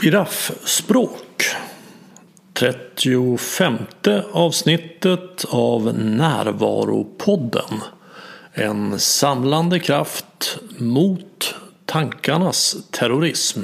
Giraffspråk. 35:e avsnittet av Närvaropodden. En samlande kraft mot tankarnas terrorism.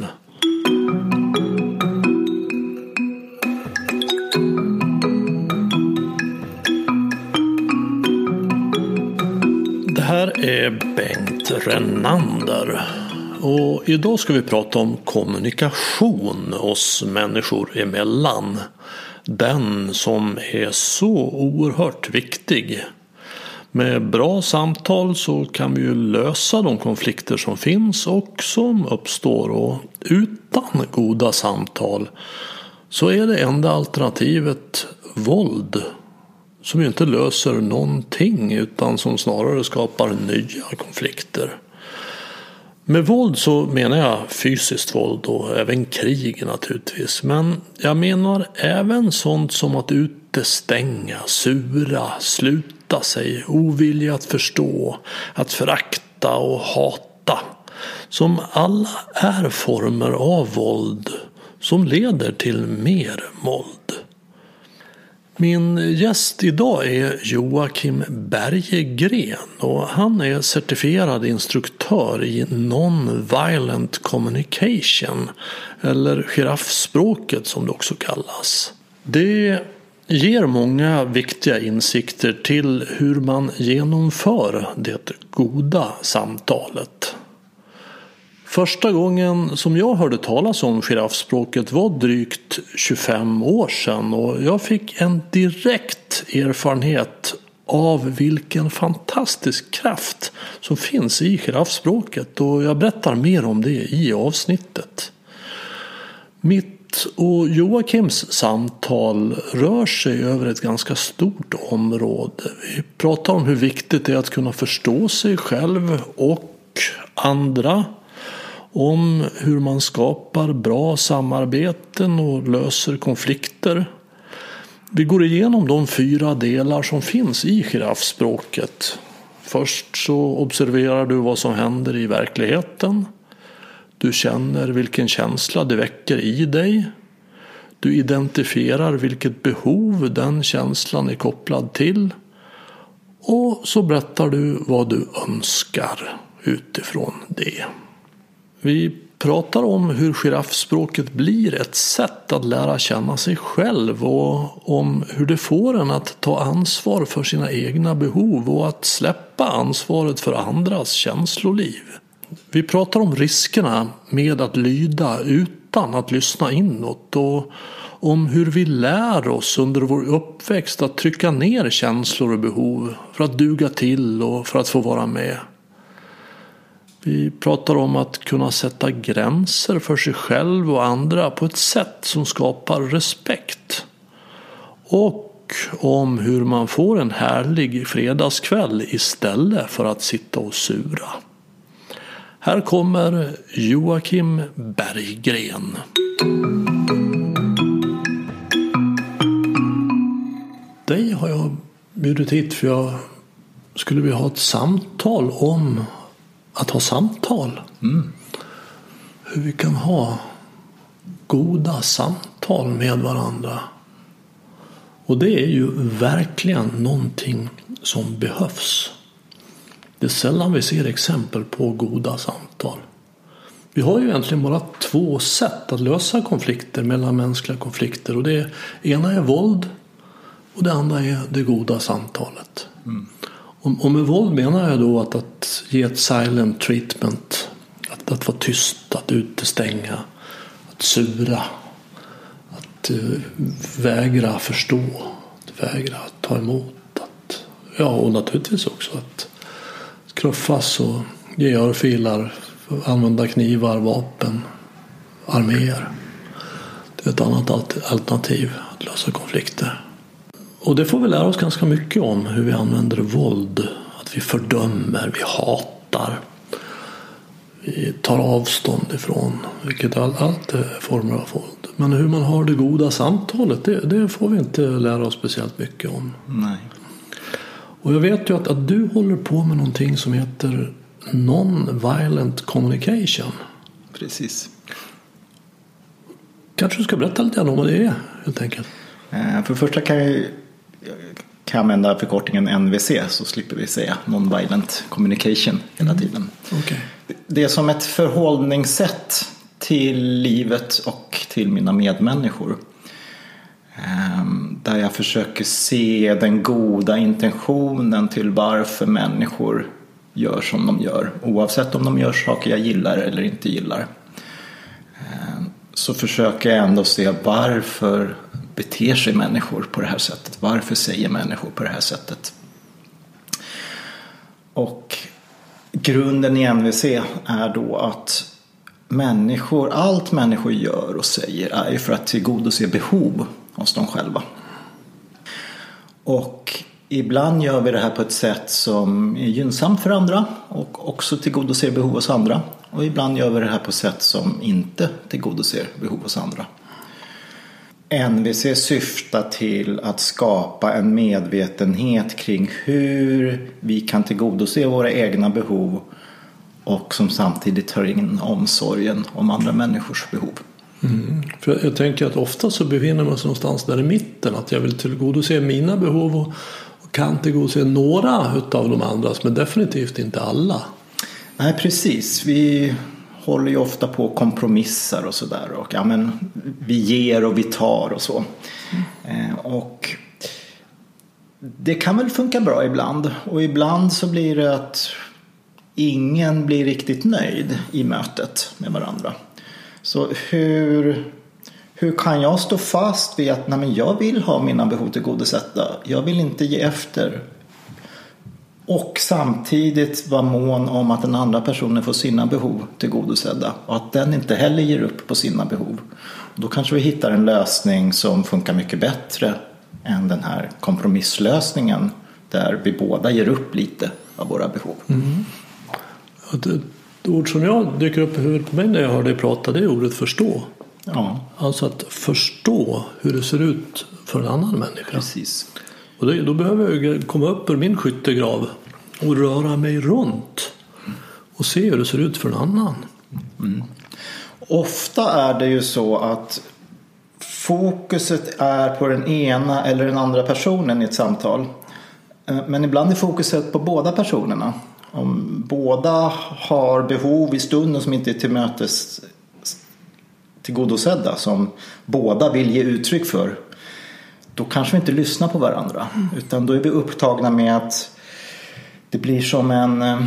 Det här är Bengt Renander. Och idag ska vi prata om kommunikation oss människor emellan. Den som är så oerhört viktig. Med bra samtal så kan vi ju lösa de konflikter som finns och som uppstår. Och utan goda samtal så är det enda alternativet våld. Som ju inte löser någonting utan som snarare skapar nya konflikter. Med våld så menar jag fysiskt våld och även krig naturligtvis. Men jag menar även sånt som att utestänga, sura, sluta sig, ovilja att förstå, att förakta och hata. Som alla är former av våld som leder till mer våld. Min gäst idag är Joakim Berggren och han är certifierad instruktör i Non-Violent Communication eller giraffspråket som det också kallas. Det ger många viktiga insikter till hur man genomför det goda samtalet. Första gången som jag hörde talas om giraffspråket var drygt 25 år sedan och jag fick en direkt erfarenhet av vilken fantastisk kraft som finns i giraffspråket och jag berättar mer om det i avsnittet. Mitt och Joakims samtal rör sig över ett ganska stort område. Vi pratar om hur viktigt det är att kunna förstå sig själv och andra. Om hur man skapar bra samarbeten och löser konflikter. Vi går igenom de 4 delar som finns i giraffspråket. Först så observerar du vad som händer i verkligheten. Du känner vilken känsla det väcker i dig. Du identifierar vilket behov den känslan är kopplad till. Och så berättar du vad du önskar utifrån det. Vi pratar om hur giraffspråket blir ett sätt att lära känna sig själv och om hur det får en att ta ansvar för sina egna behov och att släppa ansvaret för andras känsloliv. Vi pratar om riskerna med att lyda utan att lyssna inåt och om hur vi lär oss under vår uppväxt att trycka ner känslor och behov för att duga till och för att få vara med. Vi pratar om att kunna sätta gränser för sig själv och andra på ett sätt som skapar respekt. Och om hur man får en härlig fredagskväll istället för att sitta och sura. Här kommer Joakim Berggren. Dig har jag bjudit hit för jag skulle vilja ha ett samtal om att ha samtal. Hur vi kan ha goda samtal med varandra. Och det är ju verkligen någonting som behövs. Det är sällan vi ser exempel på goda samtal. Vi har ju egentligen bara 2 sätt att lösa konflikter, mellanmänskliga konflikter. Och det ena är våld och det andra är det goda samtalet. Och med våld menar jag då att ge ett silent treatment. Att vara tyst, att utestänga, att sura. Att vägra förstå, att vägra ta emot. Och naturligtvis också att knuffas och ge örfilar, använda knivar, vapen, arméer. Det är ett annat alternativ att lösa konflikter. Och det får vi lära oss ganska mycket om hur vi använder våld. Att vi fördömer, vi hatar. Vi tar avstånd ifrån, vilket allt är former av våld. Men hur man har det goda samtalet, det får vi inte lära oss speciellt mycket om. Nej. Och jag vet ju att du håller på med någonting som heter Non-Violent Communication. Precis. Kanske du ska berätta lite om vad det är, helt enkelt. För det första kan jag använda förkortningen NVC, så slipper vi säga non-violent communication hela tiden. Okay. Det är som ett förhållningssätt till livet och till mina medmänniskor. Där jag försöker se den goda intentionen till varför människor gör som de gör. Oavsett om de gör saker jag gillar eller inte gillar. Så försöker jag ändå se varför beter sig människor på det här sättet. Varför säger människor på det här sättet? Och grunden i NVC är då att allt människor gör och säger är ju för att tillgodose behov hos dem själva. Och ibland gör vi det här på ett sätt som är gynnsamt för andra och också tillgodoser behov hos andra. Och ibland gör vi det här på ett sätt som inte tillgodoser behov hos andra. NVC syftar till att skapa en medvetenhet kring hur vi kan tillgodose våra egna behov och som samtidigt tar in omsorgen om andra människors behov. För jag tänker att ofta så befinner man sig någonstans där i mitten, att jag vill tillgodose mina behov och kan tillgodose några av de andras, men definitivt inte alla. Nej, precis. Vi håller ju ofta på kompromissar och sådär, och ja, men vi ger och vi tar och så. Och det kan väl funka bra ibland, och ibland så blir det att ingen blir riktigt nöjd i mötet med varandra. Så hur kan jag stå fast vid att jag vill ha mina behov tillgodosedda, jag vill inte ge efter, och samtidigt vara mån om att den andra personen får sina behov tillgodosedda och att den inte heller ger upp på sina behov. Då kanske vi hittar en lösning som funkar mycket bättre än den här kompromisslösningen där vi båda ger upp lite av våra behov. Ett ord som jag dyker upp i huvudet på mig när jag hör dig prata, det är ordet förstå. Ja. Alltså att förstå hur det ser ut för en annan människa. Precis. Och då behöver jag komma upp ur min skyttegrav och röra mig runt och se hur det ser ut för en annan. Ofta är det ju så att fokuset är på den ena eller den andra personen i ett samtal. Men ibland är fokuset på båda personerna. Om båda har behov i stunden som inte är tillgodosedda, som båda vill ge uttryck för, då kanske vi inte lyssnar på varandra. Utan då är vi upptagna med att det blir som en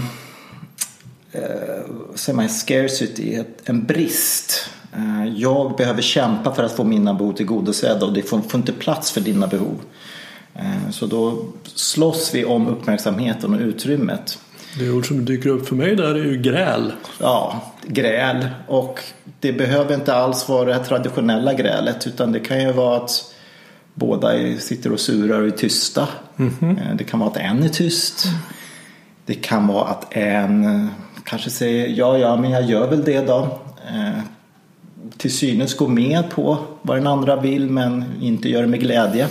scarcity, en brist. Jag behöver kämpa för att få mina behov tillgodosedda, och det får inte plats för dina behov. Så då slåss vi om uppmärksamheten och utrymmet. Det ord som dyker upp för mig där är ju gräl. Ja, gräl. Och det behöver inte alls vara det traditionella grälet, utan det kan ju vara att båda sitter och surar och är tysta. Det kan vara att en är tyst. Det kan vara att en kanske säger ja, men jag gör väl det då. Till synes gå med på vad den andra vill, men inte gör det med glädje.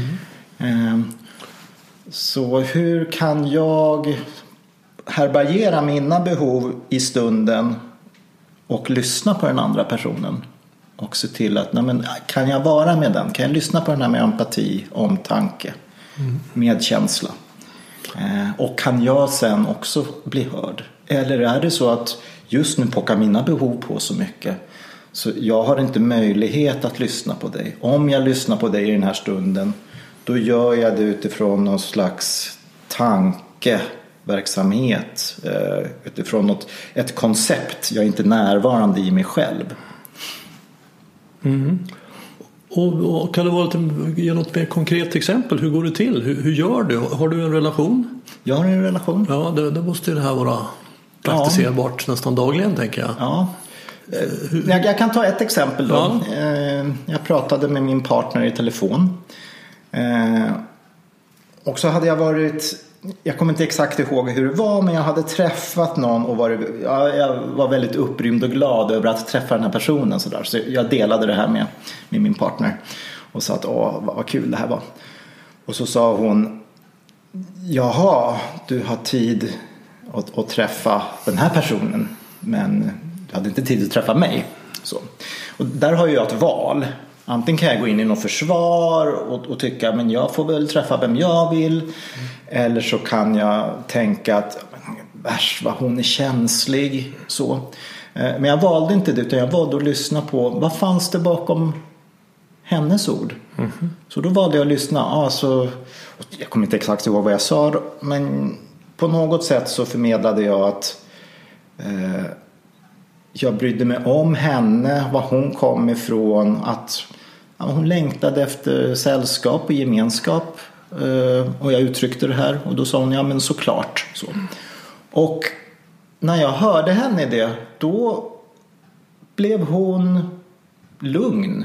Så hur kan jag härbärgera mina behov i stunden och lyssna på den andra personen? Och se till att kan jag vara med den? Kan jag lyssna på den här med empati, omtanke, medkänsla? Och kan jag sen också bli hörd? Eller är det så att just nu pockar mina behov på så mycket, så jag har inte möjlighet att lyssna på dig. Om jag lyssnar på dig i den här stunden, då gör jag det utifrån någon slags tankeverksamhet, utifrån ett koncept. Jag är inte närvarande i mig själv. Och kan det ge något mer konkret exempel? Hur går det till? Hur gör du? Har du en relation? Jag har en relation. Ja, det måste ju det här vara praktiserbart nästan dagligen, tänker jag. Ja. Jag kan ta ett exempel då. Ja. Jag pratade med min partner i telefon. Och så hade jag jag kommer inte exakt ihåg hur det var, men jag hade träffat någon och jag var väldigt upprymd och glad över att träffa den här personen. Så jag delade det här med min partner och sa att vad kul det här var. Och så sa hon, jaha, du har tid att träffa den här personen, men du hade inte tid att träffa mig. Så. Och där har jag ett val. Antingen kan jag gå in i något försvar och tycka men jag får väl träffa vem jag vill. Eller så kan jag tänka att värst vad hon är känslig. Så. Men jag valde inte det, utan jag valde att lyssna på vad fanns det bakom hennes ord. Så då valde jag att lyssna. Jag kommer inte exakt ihåg vad jag sa, men på något sätt så förmedlade jag att jag brydde mig om henne, var hon kom ifrån, att hon längtade efter sällskap och gemenskap. Och jag uttryckte det här och då sa hon, ja men såklart. Så. Och när jag hörde henne i det, då blev hon lugn.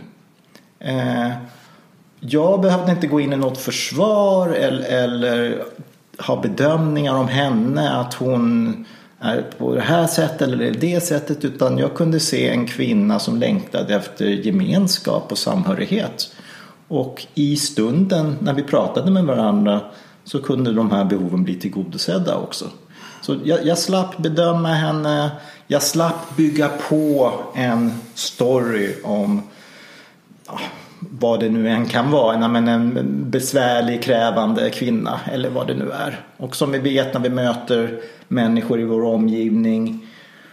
Jag behövde inte gå in i något försvar eller ha bedömningar om henne, att hon är på det här sättet eller det sättet, utan jag kunde se en kvinna som längtade efter gemenskap och samhörighet. Och i stunden när vi pratade med varandra så kunde de här behoven bli tillgodosedda också. Så jag slapp bedöma henne, jag slapp bygga på en story om vad det nu än kan vara, en besvärlig, krävande kvinna eller vad det nu är. Och som vi vet när vi möter människor i vår omgivning,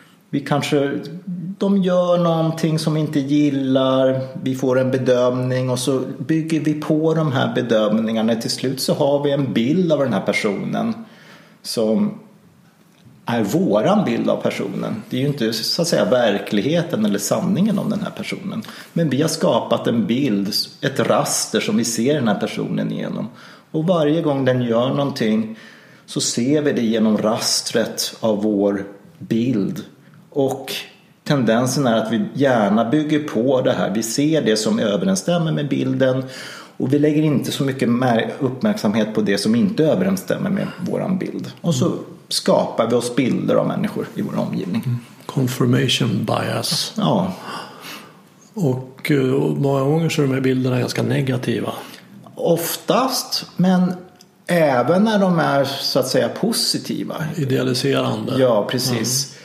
de gör någonting som vi inte gillar, vi får en bedömning och så bygger vi på de här bedömningarna. Till slut så har vi en bild av den här personen som är våran bild av personen. Det är ju inte så att säga verkligheten eller sanningen om den här personen. Men vi har skapat en bild, ett raster som vi ser den här personen igenom. Och varje gång den gör någonting så ser vi det genom rastret av vår bild. Och tendensen är att vi gärna bygger på det här. Vi ser det som överensstämmer med bilden. Och vi lägger inte så mycket uppmärksamhet på det som inte överensstämmer med våran bild. Och så skapar vi oss bilder av människor i vår omgivning. Confirmation bias. Ja. Och många gånger så är de här bilderna ganska negativa. Oftast, men även när de är så att säga positiva. Idealiserande. Ja, precis.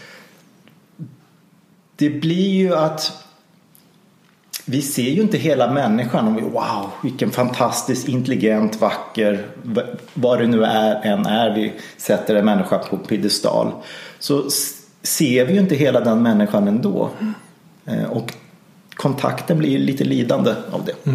Det blir ju att vi ser ju inte hela människan och wow, vilken fantastiskt intelligent, vacker, vad det nu är vi sätter en människa på piedestal. Så ser vi ju inte hela den människan ändå. Och kontakten blir lite lidande av det.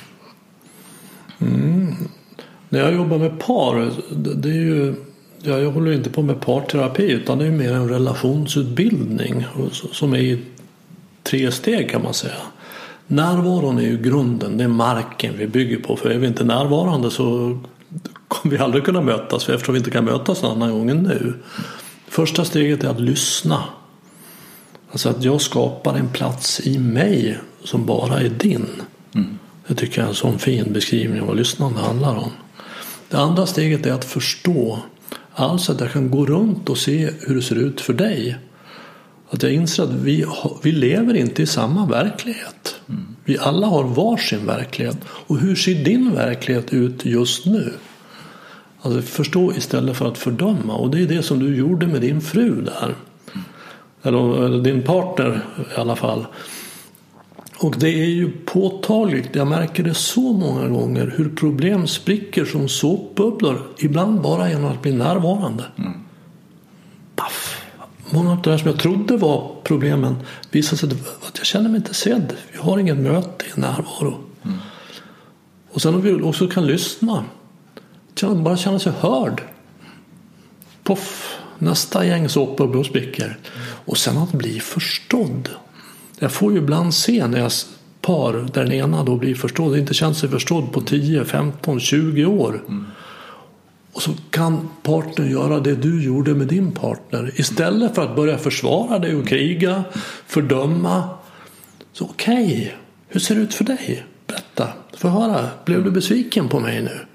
När jag jobbar med par, det är ju, jag håller inte på med parterapi, utan det är mer en relationsutbildning som är i 3 steg kan man säga. Närvaron är ju grunden, det är marken vi bygger på. För är vi inte närvarande så kommer vi aldrig kunna mötas, för eftersom vi inte kan mötas en annan gång än nu. Första steget är att lyssna. Alltså att jag skapar en plats i mig som bara är din. Det tycker jag är en sån fin beskrivning av vad lyssnande handlar om. Det andra steget är att förstå. Alltså att jag kan gå runt och se hur det ser ut för dig. Att jag inser att vi lever inte i samma verklighet. Vi alla har varsin verklighet. Och hur ser din verklighet ut just nu? Alltså förstå istället för att fördöma. Och det är det som du gjorde med din fru där. Eller din partner i alla fall. Och det är ju påtagligt, jag märker det så många gånger, hur problem spricker som såpbubblor. Ibland bara genom att bli närvarande. Paff! Många av det här som jag trodde var problemen visade sig att jag känner mig inte sedd. Vi har inget möte i närvaro. Och sen om vi också kan lyssna. Bara känna sig hörd. Poff! Nästa gäng såpbubblor spricker. Och sen att bli förstådd. Jag får ju ibland se när jag par där den ena då blir förstådd, inte känns sig förstådd på 10, 15, 20 år. Och så kan partnern göra det du gjorde med din partner. Istället för att börja försvara dig och kriga, fördöma. Så okej, hur ser det ut för dig? Berätta, få höra. Blev du besviken på mig nu?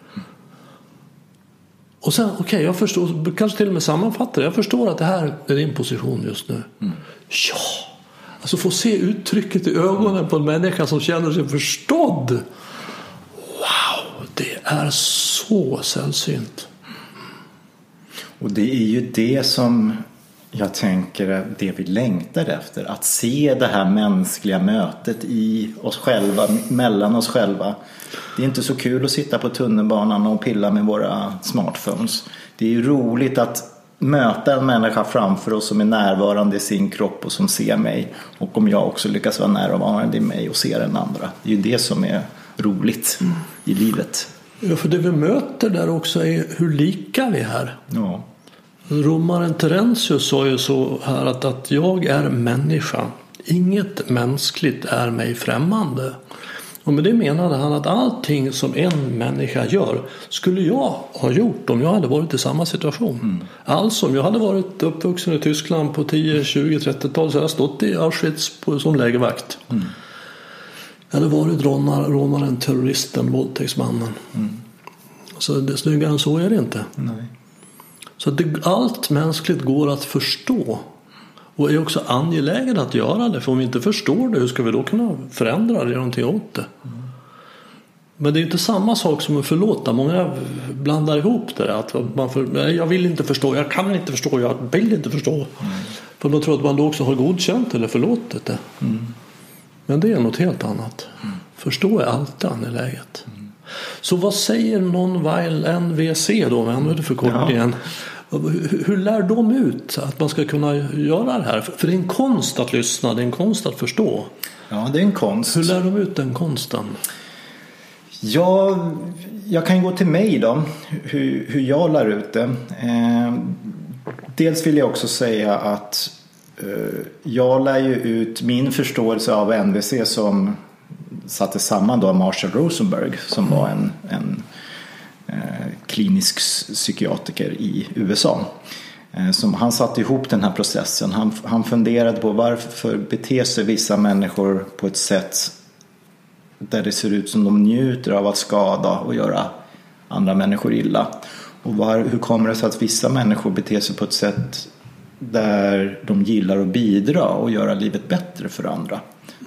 Och sen, okej, jag förstår, kanske till och med sammanfattar. Jag förstår att det här är din position just nu. Ja! Alltså få se uttrycket i ögonen på en människa som känner sig förstådd. Wow, det är så sällsynt. Och det är ju det som Jag tänker det vi längtar efter, att se det här mänskliga mötet i oss själva, mellan oss själva. Det är inte så kul att sitta på tunnelbanan och pilla med våra smartphones. Det är ju roligt att möta en människa framför oss som är närvarande i sin kropp och som ser mig. Och om jag också lyckas vara närvarande i mig och se den andra. Det är ju det som är roligt i livet. Ja, för det vi möter där också är hur lika vi är. Ja. Romaren Terentius sa ju så här att jag är människa. Inget mänskligt är mig främmande. Och med det menade han att allting som en människa gör skulle jag ha gjort om jag hade varit i samma situation. Alltså om jag hade varit uppvuxen i Tyskland på 10, 20, 30-tal så hade jag stått i Auschwitz som lägervakt. Jag hade varit rånaren, terroristen, våldtäktsmannen. Så det snyggare än så är det inte. Nej. Så att allt mänskligt går att förstå. Och är också angeläget att göra det. För om vi inte förstår det, hur ska vi då kunna förändra det och göra någonting åt det? Men det är inte samma sak som att förlåta. Många blandar ihop det. Att jag vill inte förstå, jag kan inte förstå, jag vill inte förstå. För man tror att man då också har godkänt eller förlåtit det. Men det är något helt annat. Förstå är alltid angeläget. Så vad säger NVC då, vad använder du för förkortningen? Hur lär de ut att man ska kunna göra det här? För det är en konst att lyssna, det är en konst att förstå. Ja, det är en konst. Hur lär de ut den konsten? Ja, jag kan gå till mig då, hur jag lär ut det. Dels vill jag också säga att jag lär ju ut min förståelse av NVC som satte samman då Marshall Rosenberg som var en klinisk psykiatriker i USA. Han satte ihop den här processen. Han funderade på varför beter sig vissa människor på ett sätt där det ser ut som de njuter av att skada och göra andra människor illa. Och hur kommer det sig att vissa människor beter sig på ett sätt där de gillar att bidra och göra livet bättre för andra.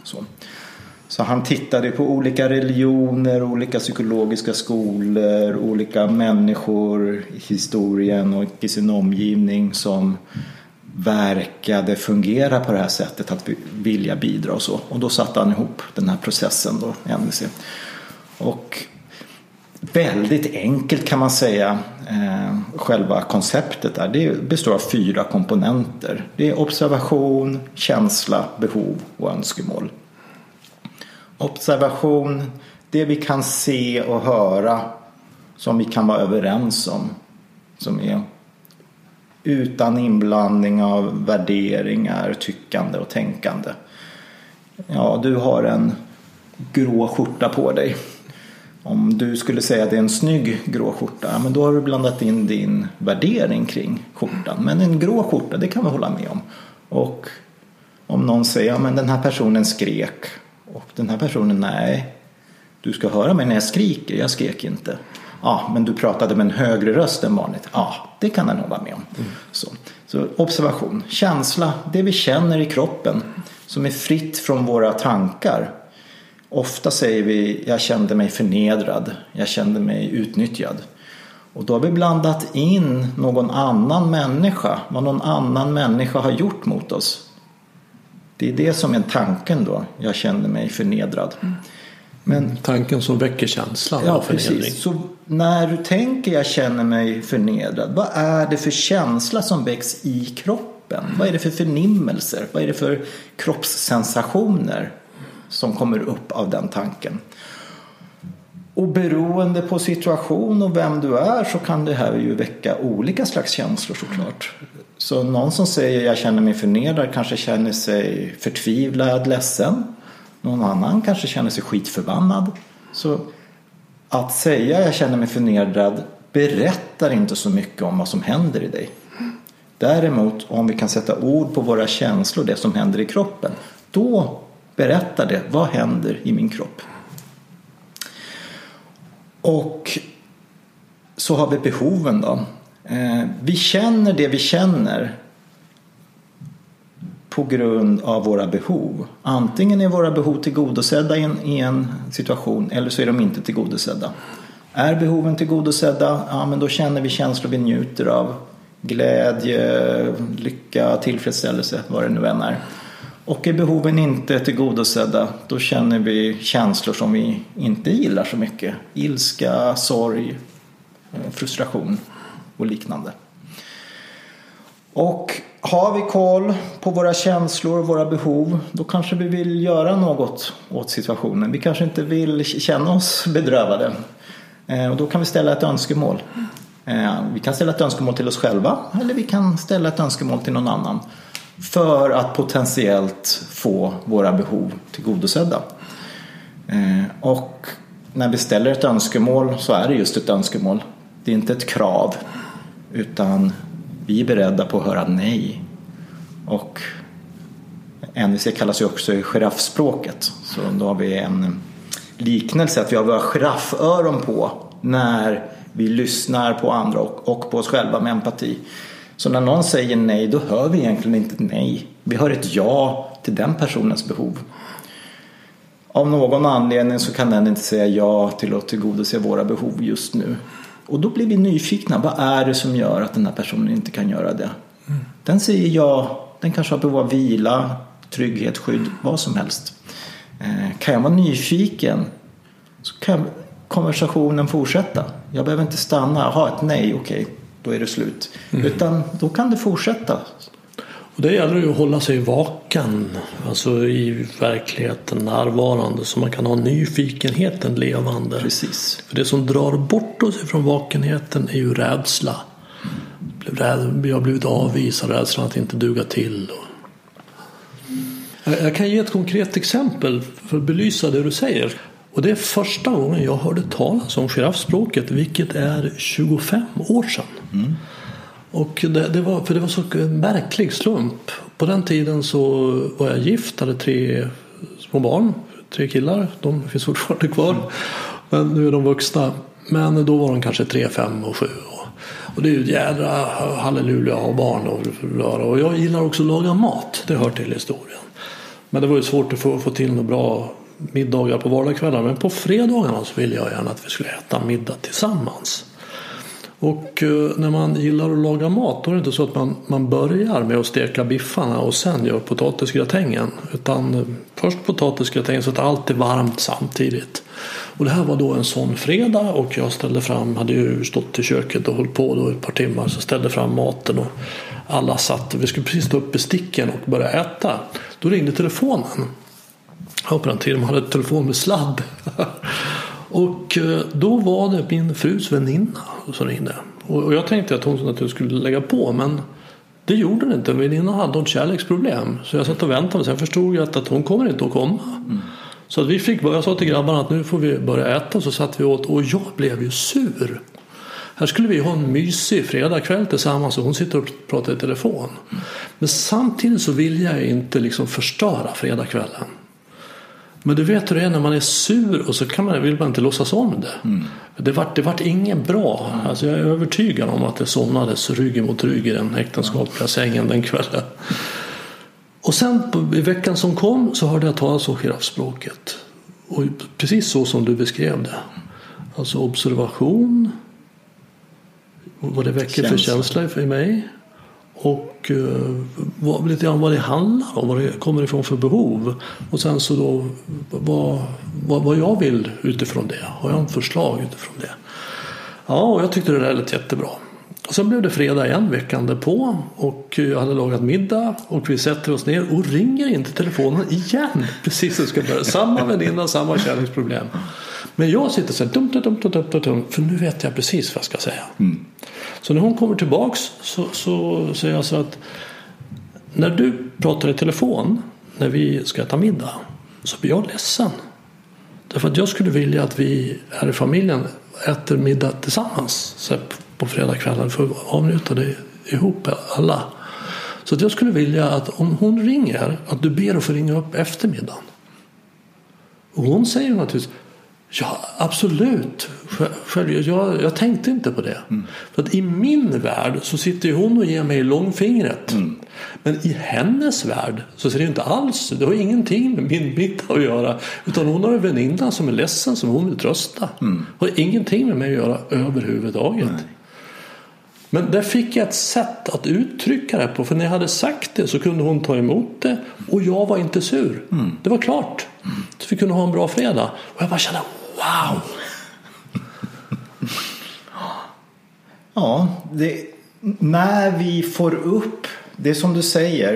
Så han tittade på olika religioner, olika psykologiska skolor, olika människor i historien och i sin omgivning som verkade fungera på det här sättet att vilja bidra och så. Och då satte han ihop den här processen då, NVC. Och väldigt enkelt kan man säga själva konceptet där. Det består av 4 komponenter. Det är observation, känsla, behov och önskemål. Observation, det vi kan se och höra som vi kan vara överens om. Som är utan inblandning av värderingar, tyckande och tänkande. Ja, du har en grå skjorta på dig. Om du skulle säga att det är en snygg grå skjorta, men då har du blandat in din värdering kring skjortan. Men en grå skjorta, det kan vi hålla med om. Och om någon säger, ja men den här personen skrek. Och den här personen, nej, du ska höra mig när jag skriker, jag skrek inte. Ja, men du pratade med en högre röst än vanligt. Ja, det kan den hålla med om. Så observation, känsla, det vi känner i kroppen som är fritt från våra tankar. Ofta säger vi, jag kände mig förnedrad, jag kände mig utnyttjad. Och då har vi blandat in någon annan människa, vad någon annan människa har gjort mot oss. Det är det som är tanken då, jag kände mig förnedrad. Men tanken som väcker känslan. Ja, precis. Så när du tänker jag känner mig förnedrad, vad är det för känsla som väcks i kroppen? Vad är det för förnimmelser? Vad är det för kroppssensationer som kommer upp av den tanken? Och beroende på situation och vem du är så kan det här ju väcka olika slags känslor såklart. Så någon som säger jag känner mig förnedrad kanske känner sig förtvivlad, ledsen. Någon annan kanske känner sig skitförbannad. Så att säga jag känner mig förnedrad berättar inte så mycket om vad som händer i dig. Däremot om vi kan sätta ord på våra känslor, det som händer i kroppen, då berättar det vad händer i min kropp. Och så har vi behoven då. Vi känner det vi känner på grund av våra behov. Antingen är våra behov tillgodosedda i en situation eller så är de inte tillgodosedda. Är behoven tillgodosedda, ja men då känner vi känslor vi njuter av. glädje, lycka, tillfredsställelse, vad det nu än är. Och är behoven inte tillgodosedda, då känner vi känslor som vi inte gillar så mycket. Ilska, sorg, frustration och liknande. Och har vi koll på våra känslor och våra behov, då kanske vi vill göra något åt situationen. Vi kanske inte vill känna oss bedrövade. Och då kan vi ställa ett önskemål. Vi kan ställa ett önskemål till oss själva, eller vi kan ställa ett önskemål till någon annan. För att potentiellt få våra behov tillgodosedda. Och när vi ställer ett önskemål så är det just ett önskemål. Det är inte ett krav, utan vi är beredda på att höra nej. Och NVC kallas ju också giraffspråket. Så då har vi en liknelse att vi har våra girafföron på när vi lyssnar på andra och på oss själva med empati. Så när någon säger nej, då hör vi egentligen inte ett nej. Vi hör ett ja till den personens behov. Av någon anledning så kan den inte säga ja till att tillgodose våra behov just nu. Och då blir vi nyfikna. Vad är det som gör att den här personen inte kan göra det? Den säger ja. Den kanske har behov av vila, trygghet, skydd, vad som helst. Kan jag vara nyfiken så kan konversationen fortsätta. Jag behöver inte stanna. Ha ett nej, okej. Då är det slut. Utan då kan det fortsätta. Och det gäller ju att hålla sig vaken, alltså i verkligheten närvarande, så man kan ha nyfikenheten levande. Precis. För det som drar bort oss från vakenheten är ju rädsla. Vi har blivit avvisad, rädslan att inte duga till. Jag kan ge ett konkret exempel för att belysa det du säger. Och det är första gången jag hörde talas om giraffspråket, vilket är 25 år sedan. Och det var så en märklig slump. På den tiden så var jag gift, hade 3 små barn, 3 killar, de finns fortfarande kvar. Men nu är de vuxna. Men då var de kanske 3, 5 och 7. Och det är ju ett jädra halleluja av barn att röra. Och jag gillar också att laga mat, det hör till historien. Men det var ju svårt att få till några bra middagar på vardagskvällar. Men på fredagarna så ville jag gärna att vi skulle äta middag tillsammans. Och när man gillar att laga mat, då är det inte så att man börjar med att steka biffarna och sen gör potatisgratängen. Utan först potatisgratängen så att allt är varmt samtidigt. Och det här var då en sån fredag och jag ställde fram, hade ju stått i köket och hållit på då ett par timmar, så ställde fram maten och alla satt, vi skulle precis ta upp besticken och börja äta. Då ringde telefonen. Ja, på den tiden man hade ett telefon med sladd. Och då var det min frus väninna som ringde. Och jag tänkte att hon naturligtvis skulle lägga på, men det gjorde hon inte. Väninna hade ett kärleksproblem. Så jag satt och väntade, och sen förstod jag att hon kommer inte att komma. Så att jag sa till grabbarna att nu får vi börja äta. Så satt vi åt, och jag blev ju sur. Här skulle vi ha en mysig fredagkväll tillsammans och hon sitter och pratar i telefon. Men samtidigt så vill jag inte liksom förstöra fredagskvällen. Men du vet hur det är när man är sur och så vill man inte låtsas om det. Det vart ingen bra. Alltså jag är övertygad om att det somnades rygg mot rygg i den äktenskapliga sängen den kvällen. Och sen i veckan som kom så hörde jag talas om giraffspråket. Och precis så som du beskrev det. Alltså observation. Vad det väcker för känsla för mig. Och lite grann vad det handlar om, vad det kommer ifrån för behov. Och sen så då vad jag vill utifrån det. Har jag en förslag utifrån det? Ja, och jag tyckte det där lät jättebra. Och sen blev det fredag igen, veckan därpå. Och jag hade lagat middag. Och vi sätter oss ner och ringer in till telefonen igen. Precis som ska börja. Samma väninna, samma kärleksproblem. Men jag sitter så här, för nu vet jag precis vad jag ska säga. Så när hon kommer tillbaks så säger jag så att när du pratar i telefon när vi ska äta middag så blir jag ledsen. Därför att jag skulle vilja att vi här i familjen äter middag tillsammans så på fredagskvällen för att avnjuta det ihop alla. Så att jag skulle vilja att om hon ringer att du ber att få ringa upp efter middagen. Och hon säger naturligtvis ja, absolut. Jag tänkte inte på det. För att i min värld så sitter hon och ger mig långfingret. Men i hennes värld så ser det inte alls. Det har ingenting med min middag att göra. Utan hon har en väninna som är ledsen som hon vill trösta. Det har ingenting med mig att göra överhuvudtaget. Nej. Men där fick jag ett sätt att uttrycka det på. För när jag hade sagt det så kunde hon ta emot det. Och jag var inte sur. Det var klart. Så vi kunde ha en bra fredag. Och jag bara kände, wow! Ja, när vi får upp, det är som du säger,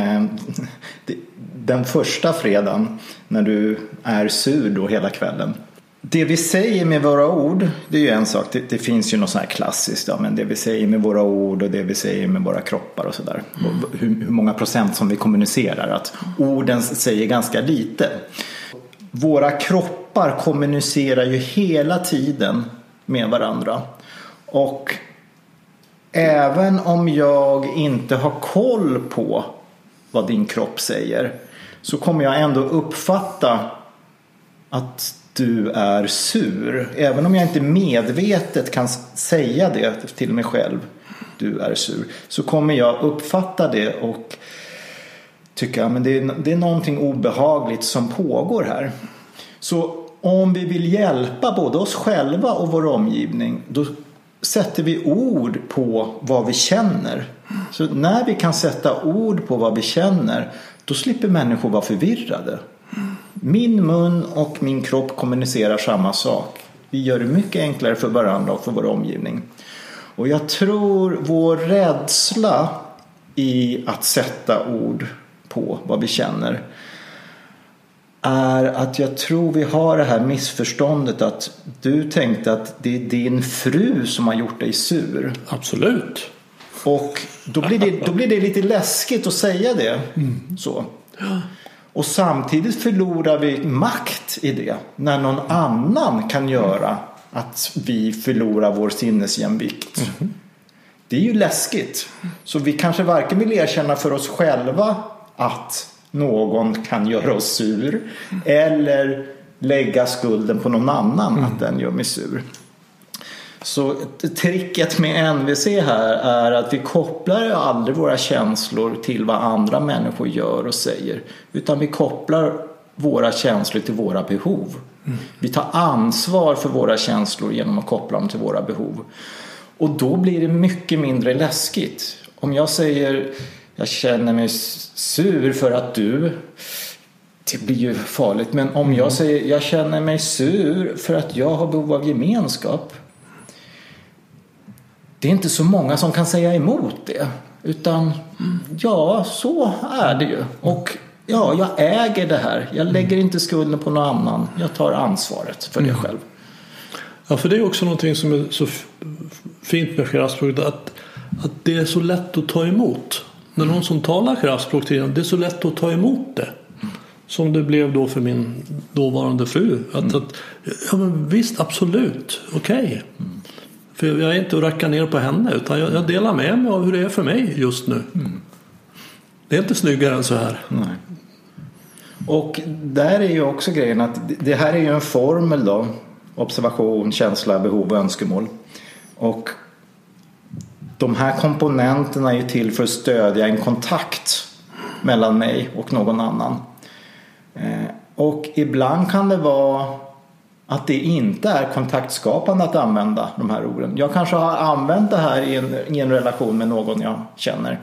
den första fredagen när du är sur då hela kvällen. Det vi säger med våra ord, det är ju en sak. Det finns ju något sånt här klassiskt. Ja, men det vi säger med våra ord och det vi säger med våra kroppar och sådär. Hur många procent som vi kommunicerar. Att orden säger ganska lite. Våra kroppar kommunicerar ju hela tiden med varandra. Och även om jag inte har koll på vad din kropp säger, så kommer jag ändå uppfatta att du är sur. Även om jag inte medvetet kan säga det till mig själv, du är sur, så kommer jag uppfatta det och tycka att det är någonting obehagligt som pågår här. Så om vi vill hjälpa både oss själva och vår omgivning, då sätter vi ord på vad vi känner. Så när vi kan sätta ord på vad vi känner, då slipper människor vara förvirrade. Min mun och min kropp kommunicerar samma sak. Vi gör det mycket enklare för varandra och för vår omgivning. Och jag tror vår rädsla i att sätta ord på vad vi känner är att jag tror vi har det här missförståndet att du tänkte att det är din fru som har gjort dig sur. Absolut. Och då blir det lite läskigt att säga det. Så. Och samtidigt förlorar vi makt i det när någon annan kan göra att vi förlorar vår sinnesjämvikt. Det är ju läskigt. Så vi kanske varken vill erkänna för oss själva att någon kan göra oss sur eller lägga skulden på någon annan att den gör mig sur. Så tricket med NVC här är att vi kopplar aldrig våra känslor till vad andra människor gör och säger, utan vi kopplar våra känslor till våra behov. Vi tar ansvar för våra känslor genom att koppla dem till våra behov. Och då blir det mycket mindre läskigt. Om jag säger jag känner mig sur för att du, det blir ju farligt. Men om jag säger jag känner mig sur för att jag har behov av gemenskap, det är inte så många som kan säga emot det. Utan ja, så är det ju. Och ja, jag äger det här. Jag lägger inte skulden på någon annan. Jag tar ansvaret för det själv. Ja, för det är också någonting som är så fint med Giraffspråk, att det är så lätt att ta emot. När någon som talar Giraffspråk till det är så lätt att ta emot det. Som det blev då för min dåvarande fru. Ja, men visst, absolut, okej. För jag är inte att racka ner på henne, utan jag delar med mig av hur det är för mig just nu. Det är inte snyggare än så här. Nej. Och där är ju också grejen att det här är ju en formel då. Observation, känsla, behov och önskemål. Och de här komponenterna är ju till för att stödja en kontakt mellan mig och någon annan. Och ibland kan det vara att det inte är kontaktskapande att använda de här orden. Jag kanske har använt det här i en relation med någon jag känner,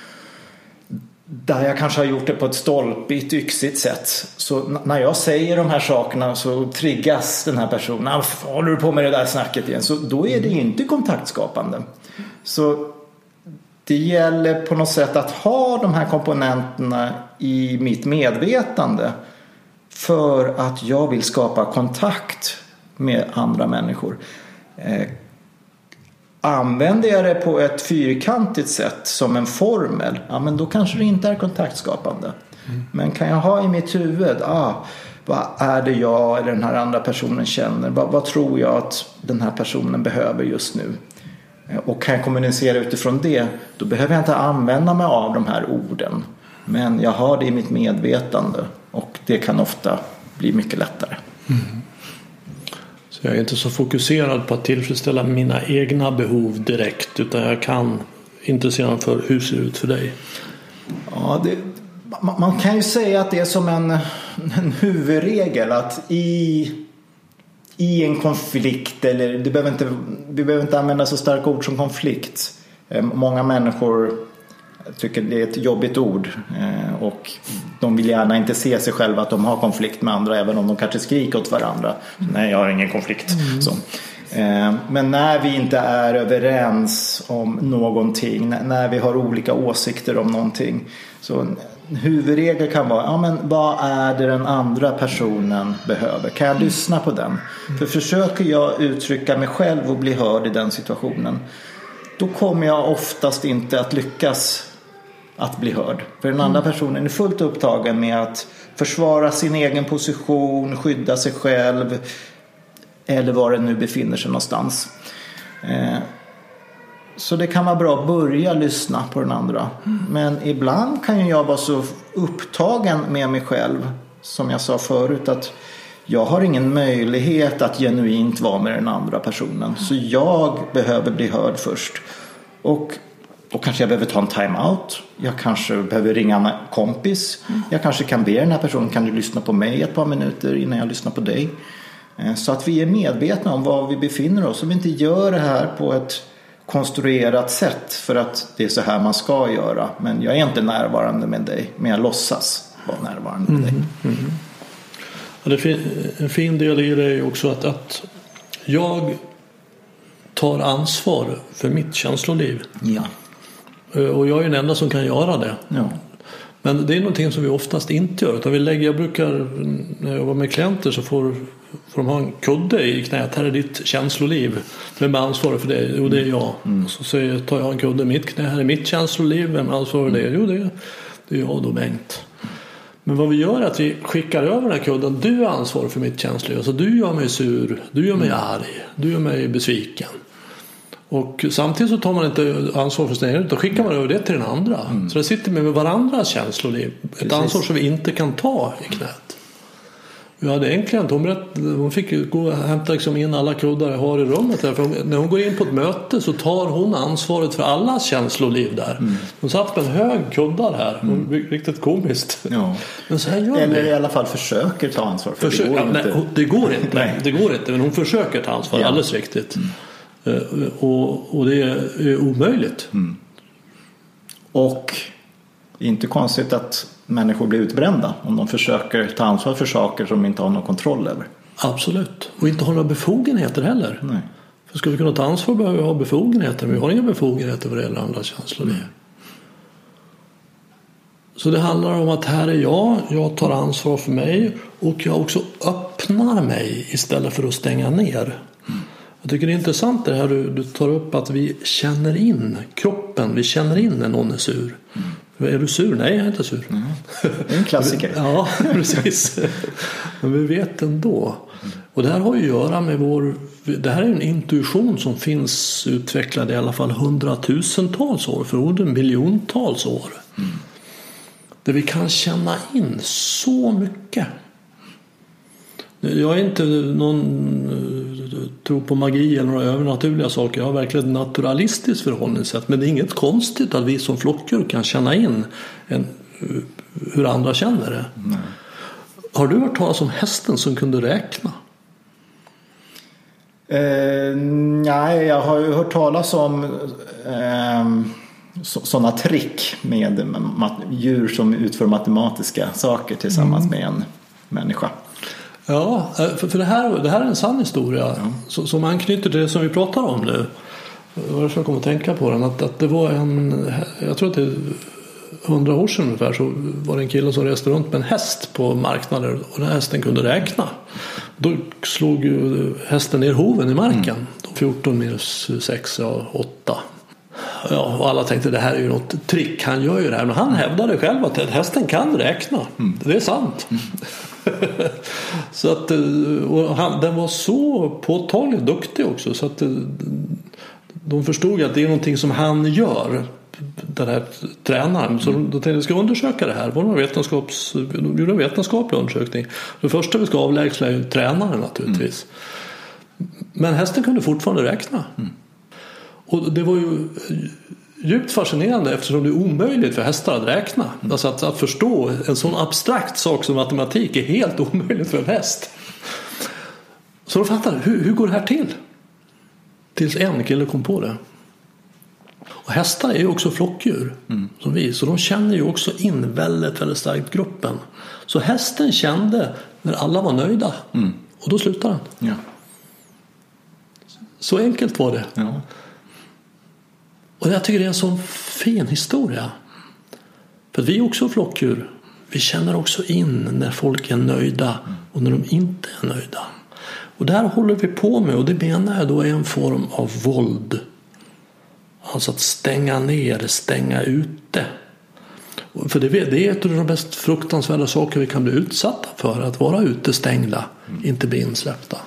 där jag kanske har gjort det på ett stolpigt, yxigt sätt. Så när jag säger de här sakerna så triggas den här personen. Håller du på med det där snacket igen? Så då är det inte kontaktskapande. Så det gäller på något sätt att ha de här komponenterna i mitt medvetande för att jag vill skapa kontakt med andra människor. Använder jag det på ett fyrkantigt sätt som en formel, ja, men då kanske det inte är kontaktskapande. Men kan jag ha i mitt huvud, vad är det jag eller den här andra personen känner? Vad tror jag att den här personen behöver just nu? Och kan jag kommunicera utifrån det, då behöver jag inte använda mig av de här orden. Men jag har det i mitt medvetande, och det kan ofta bli mycket lättare. Så jag är inte så fokuserad på att tillfredsställa mina egna behov direkt, utan jag kan intressera mig för hur det ser ut för dig. Ja, man kan ju säga att det är som en huvudregel att i en konflikt, eller vi behöver inte använda så starka ord som konflikt, Många människor tycker det är ett jobbigt ord och de vill gärna inte se sig själva att de har konflikt med andra, även om de kanske skriker åt varandra. Nej, jag har ingen konflikt. Så. Men när vi inte är överens om någonting, när vi har olika åsikter om någonting, så en huvudregel kan vara, men vad är det den andra personen behöver? Kan jag lyssna på den? För försöker jag uttrycka mig själv och bli hörd i den situationen, då kommer jag oftast inte att lyckas att bli hörd. För den andra personen är fullt upptagen med att försvara sin egen position, skydda sig själv eller var den nu befinner sig någonstans. Så det kan vara bra att börja lyssna på den andra. Men ibland kan jag vara så upptagen med mig själv, som jag sa förut, att jag har ingen möjlighet att genuint vara med den andra personen. Så jag behöver bli hörd först. Och kanske jag behöver ta en time-out. Jag kanske behöver ringa en kompis. Jag kanske kan be den här personen, kan du lyssna på mig ett par minuter innan jag lyssnar på dig. Så att vi är medvetna om var vi befinner oss. Och vi inte gör det här på ett konstruerat sätt för att det är så här man ska göra. Men jag är inte närvarande med dig, men jag låtsas vara närvarande med dig. En fin del i det är också att jag tar ansvar för mitt känsloliv. Ja. Och jag är den enda som kan göra det. Ja. Men det är någonting som vi oftast inte gör. Utan jag brukar, när jag jobbar med klienter, så får de ha en kudde i knät. Här är ditt känsloliv. Vem är ansvarig för det? Jo, det är jag. Och så tar jag en kudde i mitt knä. Här är mitt känsloliv. Vem är ansvarig för det? Jo, det är jag då, Bengt. Men vad vi gör är att vi skickar över den här kudden. Du är ansvarig för mitt känsloliv. Alltså, du gör mig sur. Du gör mig arg. Du gör mig besviken. Och samtidigt så tar man inte ansvar för sin egen, utan skickar man över det till den andra. Så det sitter med varandras känsloliv. Ett ansvar som vi inte kan ta i knät. Jag hade en klient, hon fick gå och hämta liksom in alla kuddar jag har i rummet där. För när hon går in på ett möte så tar hon ansvaret för allas känsloliv där. Hon satt med en hög kuddar här. Riktigt komiskt. Ja. Men så här gör eller i alla fall försöker ta ansvar. För det går inte. Det går inte, men hon försöker ta ansvar, alldeles riktigt. Och det är omöjligt. Och inte konstigt att människor blir utbrända om de försöker ta ansvar för saker som de inte har någon kontroll över. Absolut. Och inte har några befogenheter heller. Nej. För ska vi kunna ta ansvar behöver vi ha befogenheter. Men vi har inga befogenheter vad det gäller andra känslor. Så det handlar om att här är jag tar ansvar för mig, och jag också öppnar mig istället för att stänga ner. Jag tycker det är intressant det här du tar upp, att vi känner in kroppen, vi känner in när någon är sur. Är du sur? Nej, jag är inte sur. Det är en klassiker. Ja, precis. Men vi vet ändå. Och det här har ju att göra med det här är en intuition som finns utvecklad i alla fall 100,000-tals år, förmodligen miljontals år. Där vi kan känna in så mycket. Jag är inte tror på magi eller några övernaturliga saker. Jag har verkligen ett naturalistiskt förhållningssätt. Men det är inget konstigt att vi som flockdjur kan känna in hur andra känner det. Nej. Har du hört talas om hästen som kunde räkna? Nej, jag har ju hört talas om sådana trick med djur som utför matematiska saker tillsammans med en människa. Ja, för det här är en sann historia som anknyter till det som vi pratar om nu. Jag kommer att tänka på den. Att det var jag tror att det är 100 år sedan ungefär, så var det en kille som reste runt med en häst på marknader, och den hästen kunde räkna. Då slog ju hästen ner hoven i marken. 14 minus 6, 8. Ja, och alla tänkte det här är ju något trick, han gör ju det här. Men han hävdade själv att hästen kan räkna. Det är sant. Så att, och den var så påtagligt duktig också, så att de förstod att det är någonting som han gör, den här tränaren. Så då tänkte jag ska undersöka det här. De gjorde en vetenskaplig undersökning. Det första vi ska avlägsna är tränaren naturligtvis. Men hästen kunde fortfarande räkna. Och det var ju djupt fascinerande, eftersom det är omöjligt för hästar att räkna. Alltså att förstå en sån abstrakt sak som matematik är helt omöjligt för en häst. Så de fattade, hur går det här till? Tills en kille kom på det. Och hästar är ju också flockdjur som vi. Så de känner ju också in väldigt, väldigt starkt gruppen. Så hästen kände när alla var nöjda. Och då slutade den. Ja. Så enkelt var det. Ja. Och jag tycker det är en sån fin historia. För vi är också flockdjur. Vi känner också in när folk är nöjda och när de inte är nöjda. Och där håller vi på med, och det menar jag då är en form av våld. Alltså att stänga ner, stänga ute. För det är ett av de mest fruktansvärda saker vi kan bli utsatta för. Att vara utestängda, inte bli insläppta.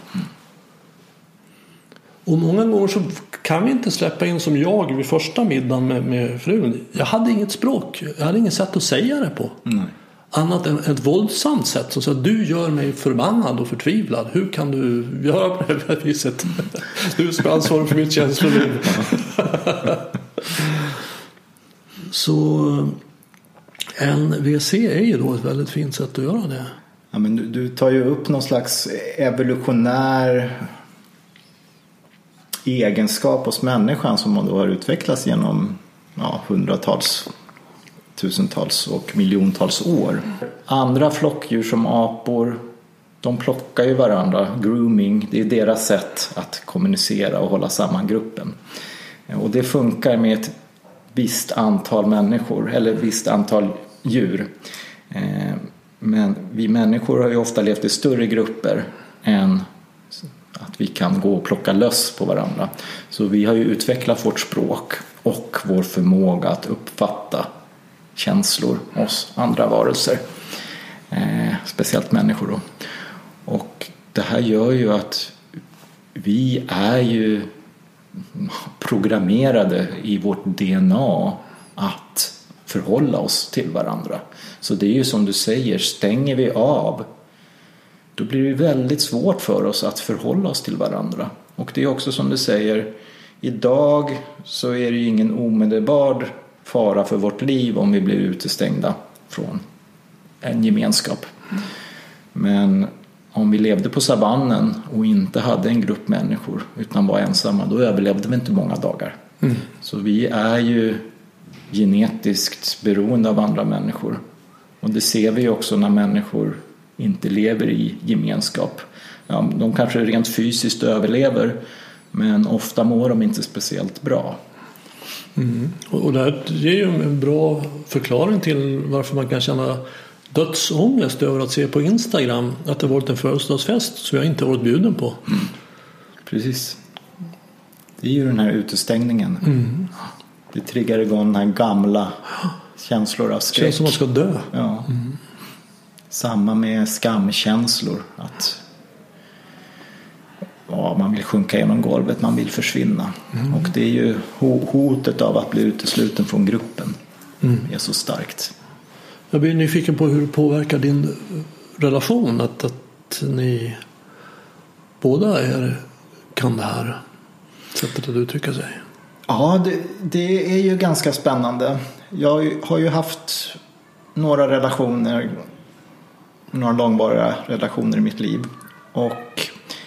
Och många gånger så kan vi inte släppa in som jag vid första middagen med frun. Jag hade inget språk, jag hade inget sätt att säga det på. Nej. Annat än ett våldsamt sätt som säger du gör mig förbannad och förtvivlad. Hur kan du göra på det här viset? Du ska ansvara för mitt känsloliv. Så NVC är ju då ett väldigt fint sätt att göra det. Ja, men du tar ju upp någon slags evolutionär egenskap hos människan som då har utvecklats genom hundratals, tusentals och miljontals år. Andra flockdjur som apor, de plockar ju varandra. Grooming, det är deras sätt att kommunicera och hålla samman gruppen. Och det funkar med ett visst antal människor eller ett visst antal djur. Men vi människor har ju ofta levt i större grupper än att vi kan gå och plocka löss på varandra. Så vi har ju utvecklat vårt språk och vår förmåga att uppfatta känslor hos andra varelser. Speciellt människor då. Och det här gör ju att vi är ju programmerade i vårt DNA att förhålla oss till varandra. Så det är ju som du säger, stänger vi av, då blir det väldigt svårt för oss att förhålla oss till varandra. Och det är också som du säger, idag så är det ju ingen omedelbar fara för vårt liv om vi blir utestängda från en gemenskap. Men om vi levde på savannen och inte hade en grupp människor utan var ensamma, då överlevde vi inte många dagar. Så vi är ju genetiskt beroende av andra människor. Och det ser vi också när människor inte lever i gemenskap. Ja, de kanske rent fysiskt överlever, men ofta mår de inte speciellt bra. Och det här ger ju en bra förklaring till varför man kan känna dödsångest över att se på Instagram att det varit en födelsedagsfest som jag inte varit bjuden på. Precis. Det är ju den här utestängningen. Det triggar igång den här gamla känslor av skräck. Det känns som man ska dö. Ja. Samma med skamkänslor. Att man vill sjunka genom golvet, man vill försvinna. Och det är ju hotet av att bli utesluten från gruppen är så starkt. Jag blir nyfiken på hur det påverkar din relation att ni båda kan det här sättet att uttrycka sig. Ja, det är ju ganska spännande. Jag har ju haft några långvariga relationer i mitt liv. Och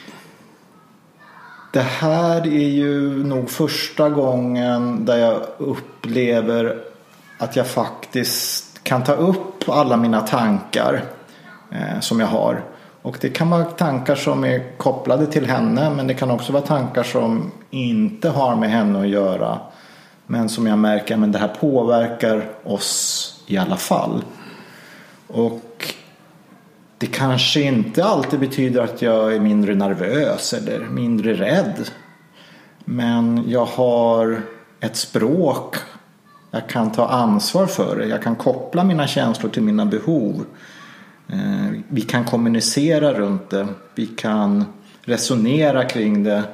det här är ju nog första gången där jag upplever att jag faktiskt kan ta upp alla mina tankar som jag har. Och det kan vara tankar som är kopplade till henne, men det kan också vara tankar som inte har med henne att göra, men som jag märker att det här påverkar oss i alla fall. Och det kanske inte alltid betyder att jag är mindre nervös eller mindre rädd, men jag har ett språk. Jag kan ta ansvar för det. Jag kan koppla mina känslor till mina behov. Vi kan kommunicera runt det. Vi kan resonera kring det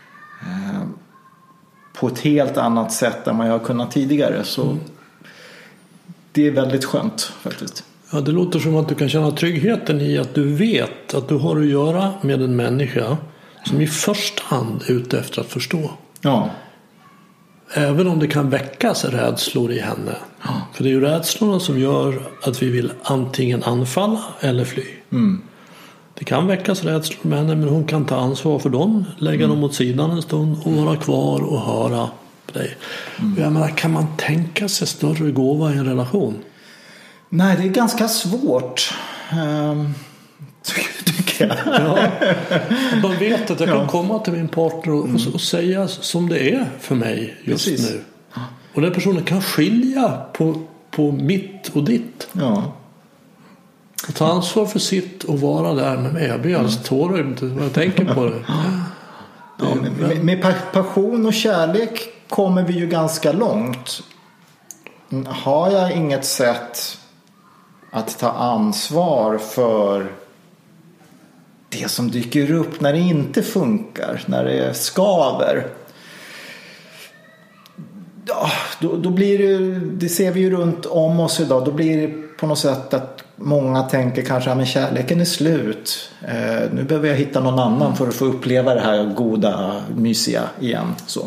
på ett helt annat sätt än vad jag har kunnat tidigare. Så det är väldigt skönt faktiskt. Ja, det låter som att du kan känna tryggheten i att du vet att du har att göra med en människa som i första hand är ute efter att förstå. Ja. Även om det kan väckas rädslor i henne. Ja. För det är ju rädslorna som gör att vi vill antingen anfalla eller fly. Det kan väckas rädslor med henne, men hon kan ta ansvar för dem, lägga dem åt sidan en stund och vara kvar och höra på dig. Jag menar, kan man tänka sig större gåva i en relation? Nej, det är ganska svårt. Tycker jag. Ja. Man vet att jag kan komma till min partner och säga som det är för mig just nu. Och den personen kan skilja på mitt och ditt. Ja. Att ta ansvar för sitt och vara där med mig. Jag blir alldeles tårögd när jag tänker på det. Med passion och kärlek kommer vi ju ganska långt. Har jag inget sätt att ta ansvar för det som dyker upp när det inte funkar, när det skaver, ja, då blir det ser vi ju runt om oss idag, då blir det på något sätt att många tänker kanske att kärleken är slut, nu behöver jag hitta någon annan för att få uppleva det här goda, mysiga igen. Så.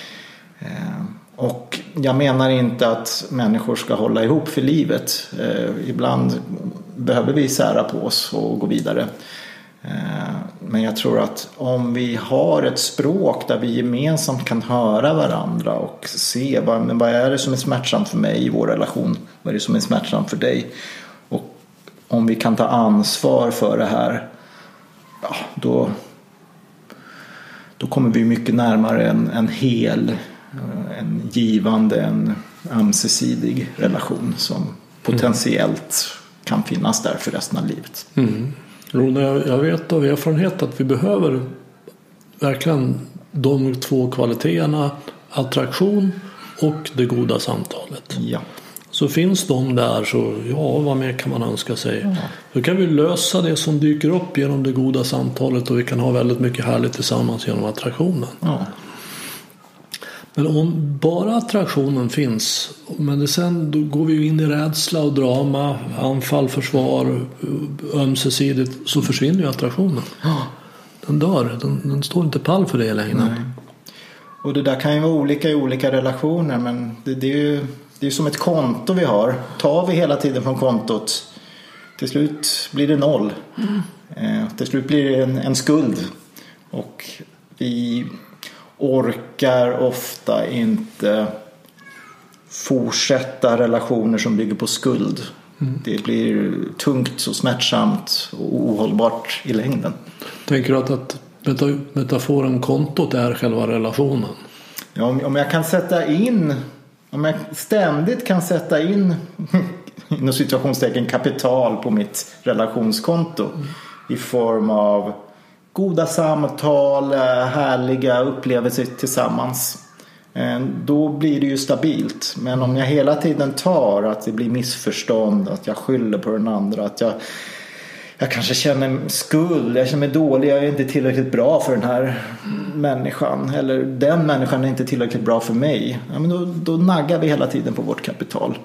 Och jag menar inte att människor ska hålla ihop för livet. Ibland behöver vi sära på oss och gå vidare. Men jag tror att om vi har ett språk där vi gemensamt kan höra varandra och se vad är det som är smärtsamt för mig i vår relation, vad är det som är smärtsamt för dig, och om vi kan ta ansvar för det här, ja, då kommer vi mycket närmare en hel, en givande, en ömsesidig relation som potentiellt kan finnas där för resten av livet. Jag vet av erfarenhet att vi behöver verkligen de två kvaliteterna, attraktion och det goda samtalet. Ja. Så finns de där, så vad mer kan man önska sig? Ja. Då kan vi lösa det som dyker upp genom det goda samtalet, och vi kan ha väldigt mycket härligt tillsammans genom attraktionen. Ja. Men om bara attraktionen finns, men sen då går vi ju in i rädsla och drama, anfall, försvar, ömsesidigt, så försvinner ju attraktionen. Den dör, den står inte pall för det längre. Nej. Och det där kan ju vara olika i olika relationer, men det är ju som ett konto vi har. Tar vi hela tiden från kontot, till slut blir det noll. Till slut blir det en skuld. Och vi orkar ofta inte fortsätta relationer som bygger på skuld. Det blir tungt och smärtsamt och ohållbart i längden. Tänker du att metaforen kontot är själva relationen? Ja, om jag kan sätta in, om jag ständigt kan sätta in inom situationstecken kapital på mitt relationskonto i form av goda samtal, härliga upplevelser tillsammans, då blir det ju stabilt. Men om jag hela tiden tar att det blir missförstånd, att jag skyller på den andra, att jag kanske känner skuld, jag känner mig dålig, jag är inte tillräckligt bra för den här människan, eller den människan är inte tillräckligt bra för mig, ja, men då naggar vi hela tiden på vårt kapital.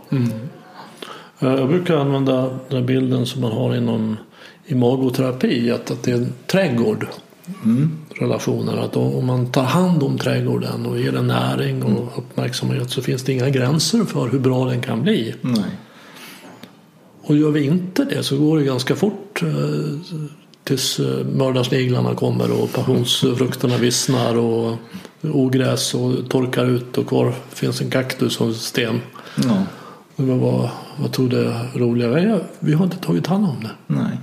Jag brukar använda den bilden som man har inom imagoterapi, att det är en trädgård. Relationer, att om man tar hand om trädgården och ger den näring och uppmärksamhet, så finns det inga gränser för hur bra den kan bli. Nej. Och gör vi inte det, så går det ganska fort tills mördarsniglarna kommer och passionsfrukterna vissnar och ogräs och torkar ut, och kvar finns en kaktus och sten. Ja. Vad tog det roliga vägen? Vi har inte tagit hand om det. Nej.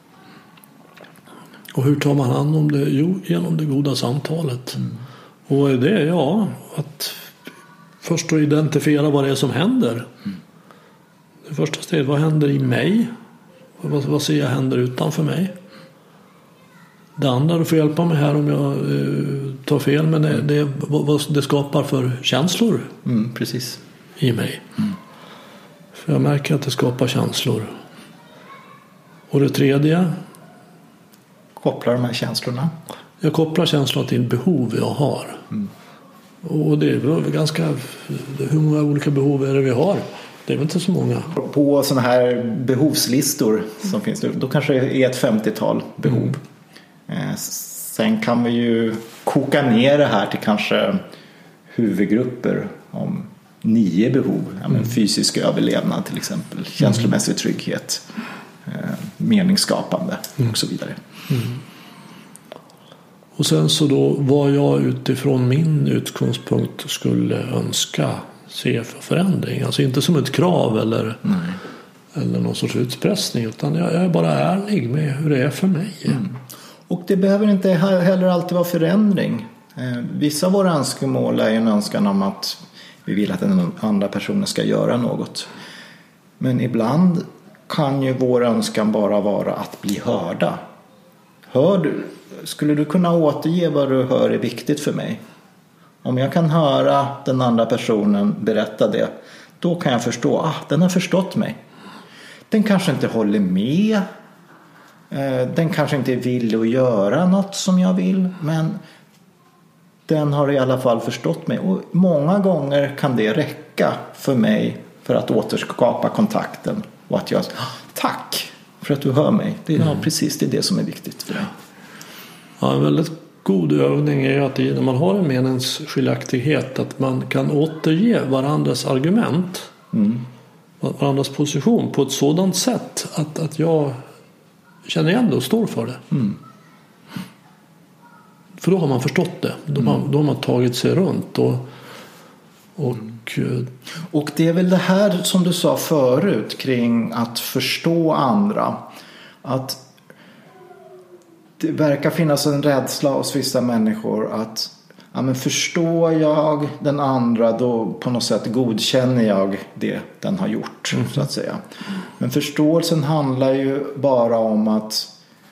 Och hur tar man hand om det? Jo, genom det goda samtalet. Och vad är det? Ja, att först att identifiera vad det är som händer. Det första steget, vad händer i mig? Vad ser jag händer utanför mig? Det andra, du får hjälpa mig här om jag tar fel, men vad det skapar för känslor precis. I mig. För jag märker att det skapar känslor. Och det tredje, kopplar de här känslorna? Jag kopplar känslorna till behov jag har. Och det är ganska, hur många olika behov är det vi har? Det är väl inte så många. På sådana här behovslistor som finns nu, då kanske det är ett 50-tal behov. Sen kan vi ju koka ner det här till kanske huvudgrupper om 9 behov. Fysisk överlevnad till exempel, känslomässig trygghet, meningsskapande och så vidare. Och sen så då vad jag utifrån min utgångspunkt skulle önska se för förändring. Alltså inte som ett krav eller någon sorts utpressning, utan jag är bara ärlig med hur det är för mig. Och det behöver inte heller alltid vara förändring. Vissa av våra önskemål är en önskan om att vi vill att den andra personen ska göra något. Men ibland kan ju vår önskan bara vara att bli hörda. Hör du? Skulle du kunna återge vad du hör är viktigt för mig? Om jag kan höra den andra personen berätta det, då kan jag förstå, den har förstått mig. Den kanske inte håller med. Den kanske inte är villig att göra något som jag vill, men den har i alla fall förstått mig. Och många gånger kan det räcka för mig för att återskapa kontakten. Och att jag, tack för att du hör mig. Det är precis det som är viktigt för dig. Ja, en väldigt god övning är att när man har en meningsskiljaktighet att man kan återge varandras argument, varandras position på ett sådant sätt att jag känner igen det och står för det. För då har man förstått det. Då har man tagit sig runt. Och det är väl det här som du sa förut kring att förstå andra. Att det verkar finnas en rädsla hos vissa människor att men förstår jag den andra, då på något sätt godkänner jag det den har gjort, så att säga. Men förståelsen handlar ju bara om att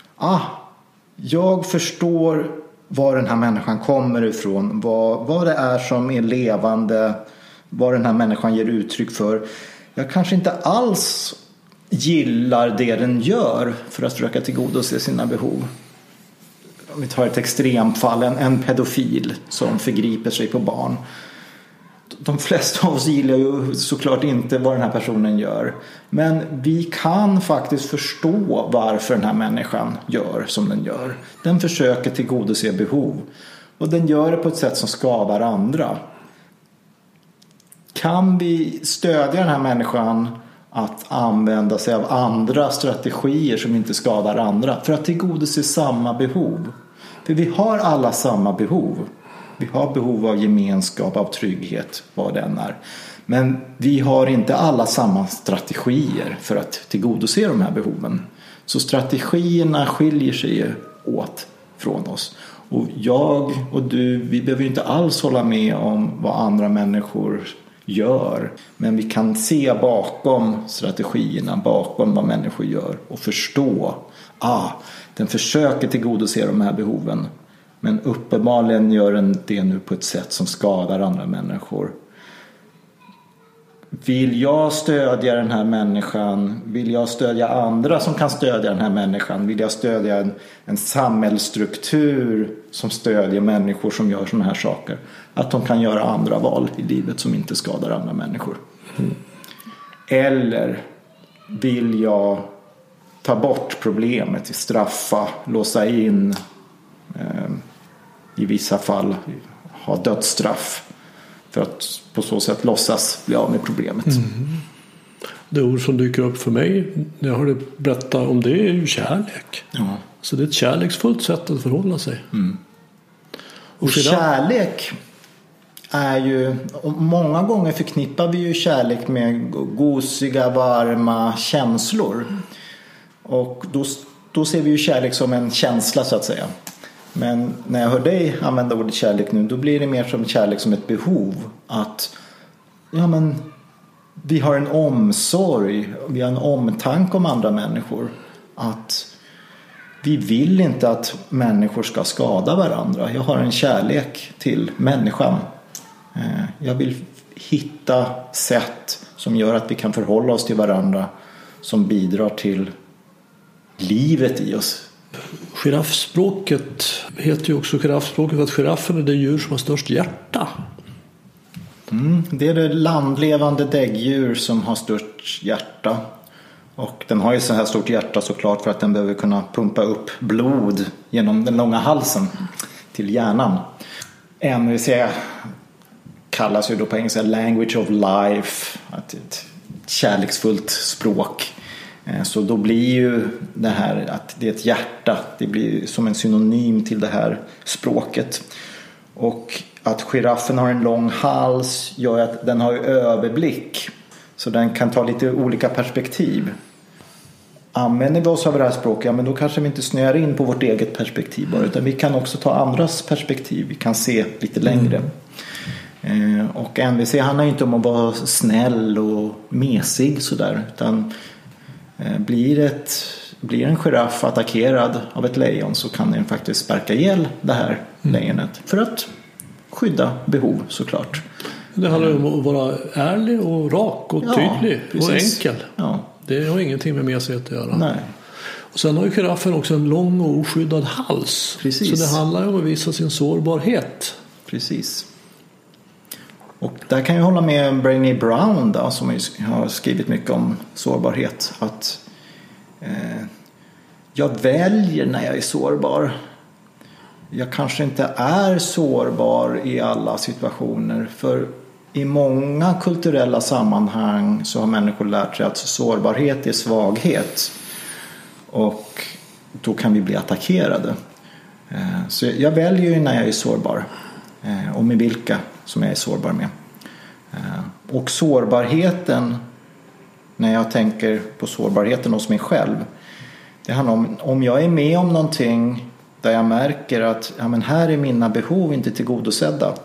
jag förstår var den här människan kommer ifrån, vad det är som är levande, vad den här människan ger uttryck för. Jag kanske inte alls gillar det den gör för att försöka tillgodose sina behov. Om vi tar ett extremfall, en pedofil som förgriper sig på barn. De flesta av oss gillar ju såklart inte vad den här personen gör. Men vi kan faktiskt förstå varför den här människan gör som den gör. Den försöker tillgodose behov. Och den gör det på ett sätt som skadar andra. Kan vi stödja den här människan att använda sig av andra strategier som inte skadar andra för att tillgodose samma behov? För vi har alla samma behov. Vi har behov av gemenskap, av trygghet, vad den är. Men vi har inte alla samma strategier för att tillgodose de här behoven. Så strategierna skiljer sig åt från oss. Och jag och du, vi behöver inte alls hålla med om vad andra människor gör. Men vi kan se bakom strategierna, bakom vad människor gör och förstå. Den försöker tillgodose de här behoven. Men uppenbarligen gör den det nu på ett sätt som skadar andra människor. Vill jag stödja den här människan? Vill jag stödja andra som kan stödja den här människan? Vill jag stödja en samhällsstruktur som stödjer människor som gör sådana här saker? Att de kan göra andra val i livet som inte skadar andra människor. Eller vill jag ta bort problemet, straffa, låsa in, i vissa fall ha dödsstraff för att på så sätt låtsas bli av med problemet. Det ord som dyker upp för mig när jag hörde berätta om det är ju kärlek. Så det är ett kärleksfullt sätt att förhålla sig. Och kärlek är ju, många gånger förknippar vi ju kärlek med gosiga, varma känslor. Och då ser vi ju kärlek som en känsla, så att säga. Men när jag hör dig använda ordet kärlek nu, då blir det mer som kärlek som ett behov. Att vi har en omsorg, vi har en omtanke om andra människor. Att vi vill inte att människor ska skada varandra. Jag har en kärlek till människan. Jag vill hitta sätt som gör att vi kan förhålla oss till varandra, som bidrar till livet i oss. Giraffspråket heter ju också giraffspråket för att giraffen är det djur som har störst hjärta. Det är det landlevande däggdjur som har störst hjärta. Och den har ju så här stort hjärta såklart för att den behöver kunna pumpa upp blod genom den långa halsen till hjärnan. NVC kallas ju då på engelska language of life, ett kärleksfullt språk. Så då blir ju det här att det är ett hjärta, det blir som en synonym till det här språket. Och att giraffen har en lång hals gör att den har överblick. Så den kan ta lite olika perspektiv. Använder vi oss av det här språket, men då kanske vi inte snöar in på vårt eget perspektiv bara, utan vi kan också ta andras perspektiv. Vi kan se lite längre. Och NVC handlar inte om att vara snäll och mesig sådär, utan blir en giraff attackerad av ett lejon så kan den faktiskt sparka ihjäl det här lejonet för att skydda behov, såklart. Det handlar om att vara ärlig och rak och tydlig och enkel. Ja. Det har ingenting med mesighet att göra. Nej. Och sen har ju giraffen också en lång och oskyddad hals. Precis. Så det handlar om att visa sin sårbarhet. Precis. Och där kan jag hålla med Brené Brown då, som har skrivit mycket om sårbarhet. Att jag väljer när jag är sårbar. Jag kanske inte är sårbar i alla situationer. För i många kulturella sammanhang så har människor lärt sig att sårbarhet är svaghet. Och då kan vi bli attackerade. Så jag väljer ju när jag är sårbar. Och med vilka som jag är sårbar med. Och sårbarheten, när jag tänker på sårbarheten hos mig själv, det handlar om jag är med om någonting där jag märker att här är mina behov inte tillgodosedda.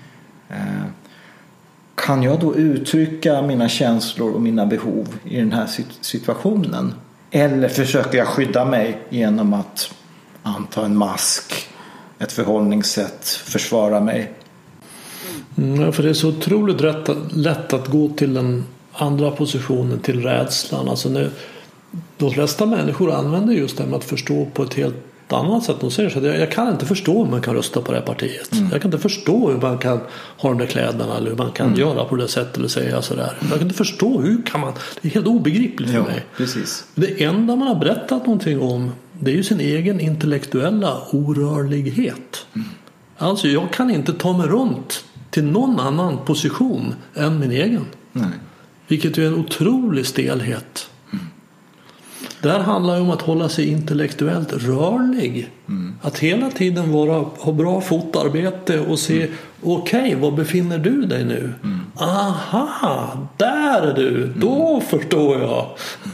Kan jag då uttrycka mina känslor och mina behov i den här situationen? Eller försöker jag skydda mig genom att anta en mask, ett förhållningssätt, försvara mig? För det är så otroligt lätt att gå till den andra positionen, till rädslan. Alltså de flesta människor använder just det med att förstå på ett helt annat sätt. De säger så att jag kan inte förstå hur man kan rösta på det här partiet. Jag kan inte förstå hur man kan ha de där kläderna eller hur man kan göra på det sättet eller säga sådär. Jag kan inte förstå hur kan man. Det är helt obegripligt för mig. Precis. Det enda man har berättat någonting om, det är ju sin egen intellektuella orörlighet. Alltså jag kan inte ta mig runt till någon annan position än min egen. Nej. Vilket är en otrolig stelhet. Det här handlar ju om att hålla sig intellektuellt rörlig. Att hela tiden ha bra fotarbete och se okej, var befinner du dig nu? Aha, där är du. Då förstår jag.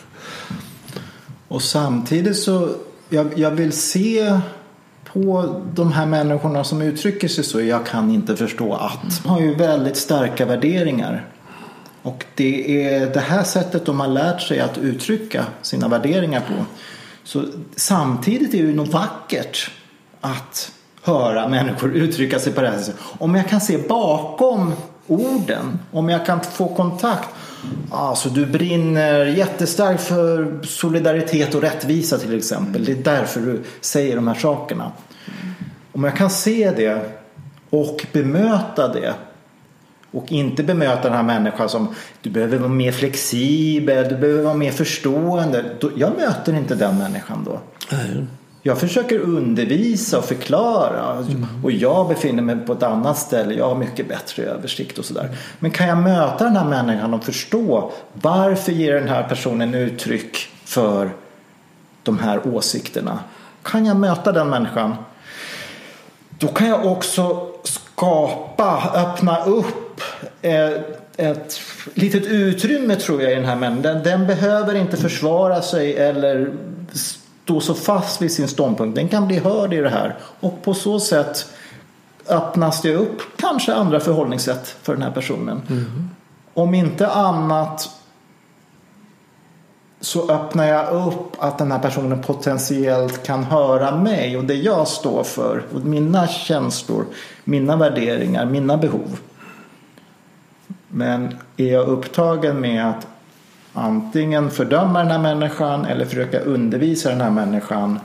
Och samtidigt så jag vill se på de här människorna som uttrycker sig så, jag kan inte förstå att. De har ju väldigt starka värderingar. Och det är det här sättet de har lärt sig att uttrycka sina värderingar på. Så samtidigt är det ju något vackert att höra människor uttrycka sig på det här sättet. Om jag kan se bakom orden, om jag kan få kontakt. Alltså du brinner jättestarkt för solidaritet och rättvisa till exempel. Det är därför du säger de här sakerna. Om jag kan se det och bemöta det. Och inte bemöta den här människan som du behöver vara mer flexibel, du behöver vara mer förstående. Jag möter inte den människan då. Jag försöker undervisa och förklara. Och jag befinner mig på ett annat ställe. Jag har mycket bättre översikt och sådär. Men kan jag möta den här människan och förstå varför ger den här personen uttryck för de här åsikterna? Kan jag möta den människan? Då kan jag också öppna upp ett litet utrymme tror jag i den här människan. Den behöver inte försvara sig eller stå så fast vid sin ståndpunkt. Den kan bli hörd i det här. Och på så sätt öppnas det upp kanske andra förhållningssätt för den här personen. Om inte annat så öppnar jag upp att den här personen potentiellt kan höra mig och det jag står för och mina känslor, mina värderingar, mina behov. Men är jag upptagen med att antingen fördöma den här människan eller försöka undervisa den här människan,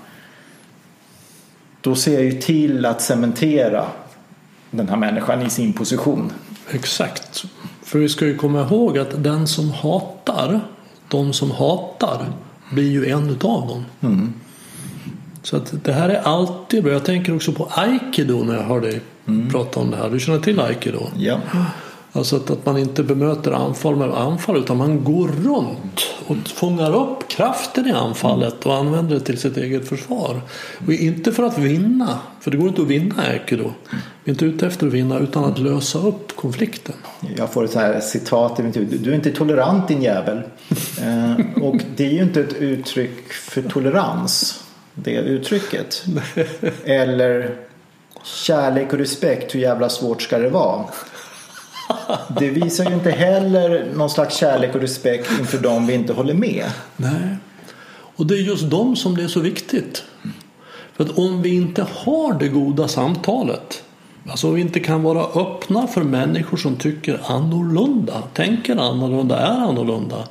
då ser jag ju till att cementera den här människan i sin position. Exakt. För vi ska ju komma ihåg att den som hatar, de som hatar blir ju en utav dem. Så att det här är alltid bra. Jag tänker också på Aikido när jag hör dig prata om det här. Du känner till Aikido? Ja. Alltså att man inte bemöter anfall med anfall, utan man går runt och fångar upp kraften i anfallet och använder det till sitt eget försvar. Och inte för att vinna, för det går inte att vinna Aikido. Vi är inte ute efter att vinna utan att lösa upp konflikten. Jag får ett här citat i mitt huvud. Du är inte tolerant, din jävel. Och det är ju inte ett uttryck för tolerans, det uttrycket. Eller kärlek och respekt, hur jävla svårt ska det vara? Det visar ju inte heller någon slags kärlek och respekt inför dem vi inte håller med. Nej, och det är just dem som det är så viktigt. För att om vi inte har det goda samtalet, alltså om vi inte kan vara öppna för människor som tycker annorlunda, tänker annorlunda, är annorlunda,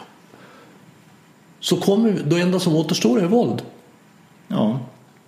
så kommer vi, det enda som återstår är våld. Ja.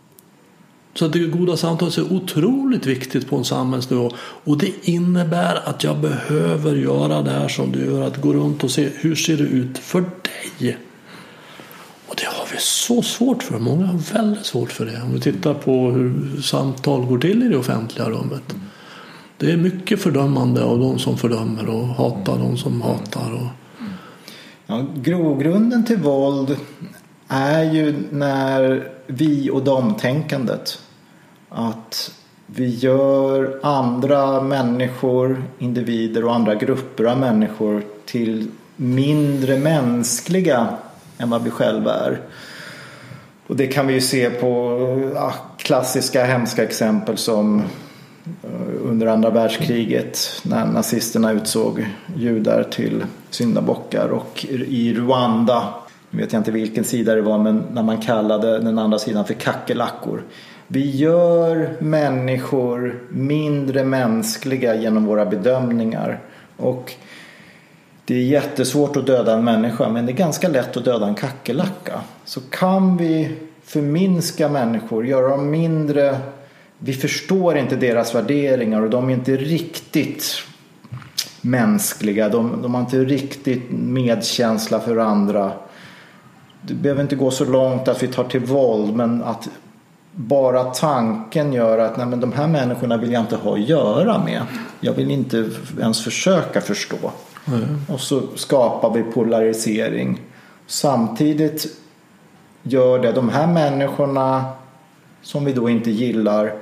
Så att det goda samtalet är otroligt viktigt på en samhällsnivå. Och det innebär att jag behöver göra det här som du gör. Att gå runt och se hur ser det ut för dig. Och det har vi så svårt för. Många har väldigt svårt för det. Om vi tittar på hur samtal går till i det offentliga rummet. Det är mycket fördömande av de som fördömer och hatar de som hatar. Ja, grogrunden till våld är ju när vi och dem-tänkandet, att vi gör andra människor, individer och andra grupper av människor till mindre mänskliga än vad vi själva är. Och det kan vi ju se på klassiska hemska exempel som under andra världskriget när nazisterna utsåg judar till syndabockar, och i Rwanda, jag vet inte vilken sida det var, men när man kallade den andra sidan för kackerlackor. Vi gör människor mindre mänskliga genom våra bedömningar. Och det är jättesvårt att döda en människa, men det är ganska lätt att döda en kackerlacka. Så kan vi förminska människor, göra dem mindre, vi förstår inte deras värderingar och de är inte riktigt mänskliga, de har inte riktigt medkänsla för andra. Det behöver inte gå så långt att vi tar till våld, men att bara tanken gör att nej, men de här människorna vill jag inte ha att göra med. Jag vill inte ens försöka förstå. Och så skapar vi polarisering. Samtidigt gör det de här människorna som vi då inte gillar,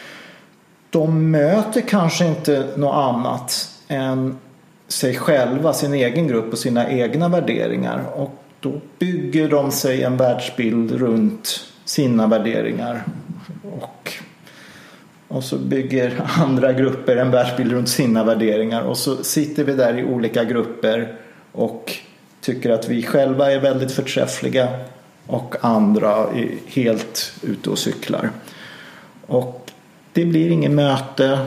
de möter kanske inte något annat än sig själva, sin egen grupp och sina egna värderingar. Och då bygger de sig en världsbild runt sina värderingar. Och så bygger andra grupper en världsbild runt sina värderingar. Och så sitter vi där i olika grupper och tycker att vi själva är väldigt förträffliga och andra är helt ute och cyklar. Och det blir inget möte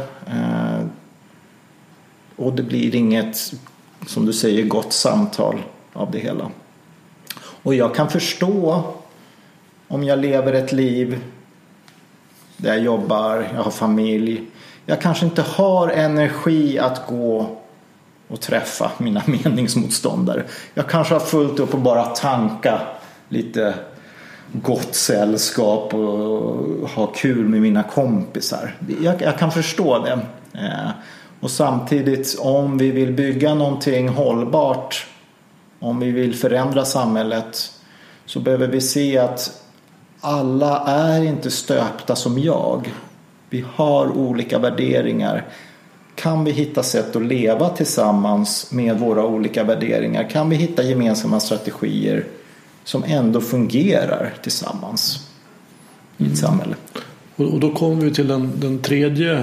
och det blir inget, som du säger, gott samtal av det hela. Och jag kan förstå om jag lever ett liv där jag jobbar, jag har familj. Jag kanske inte har energi att gå och träffa mina meningsmotståndare. Jag kanske har fullt upp och bara tanka lite gott sällskap och ha kul med mina kompisar. Jag kan förstå det. Och samtidigt, om vi vill bygga någonting hållbart, om vi vill förändra samhället, så behöver vi se att alla är inte stöpta som jag. Vi har olika värderingar. Kan vi hitta sätt att leva tillsammans med våra olika värderingar? Kan vi hitta gemensamma strategier som ändå fungerar tillsammans i ett samhälle? Och då kommer vi till den tredje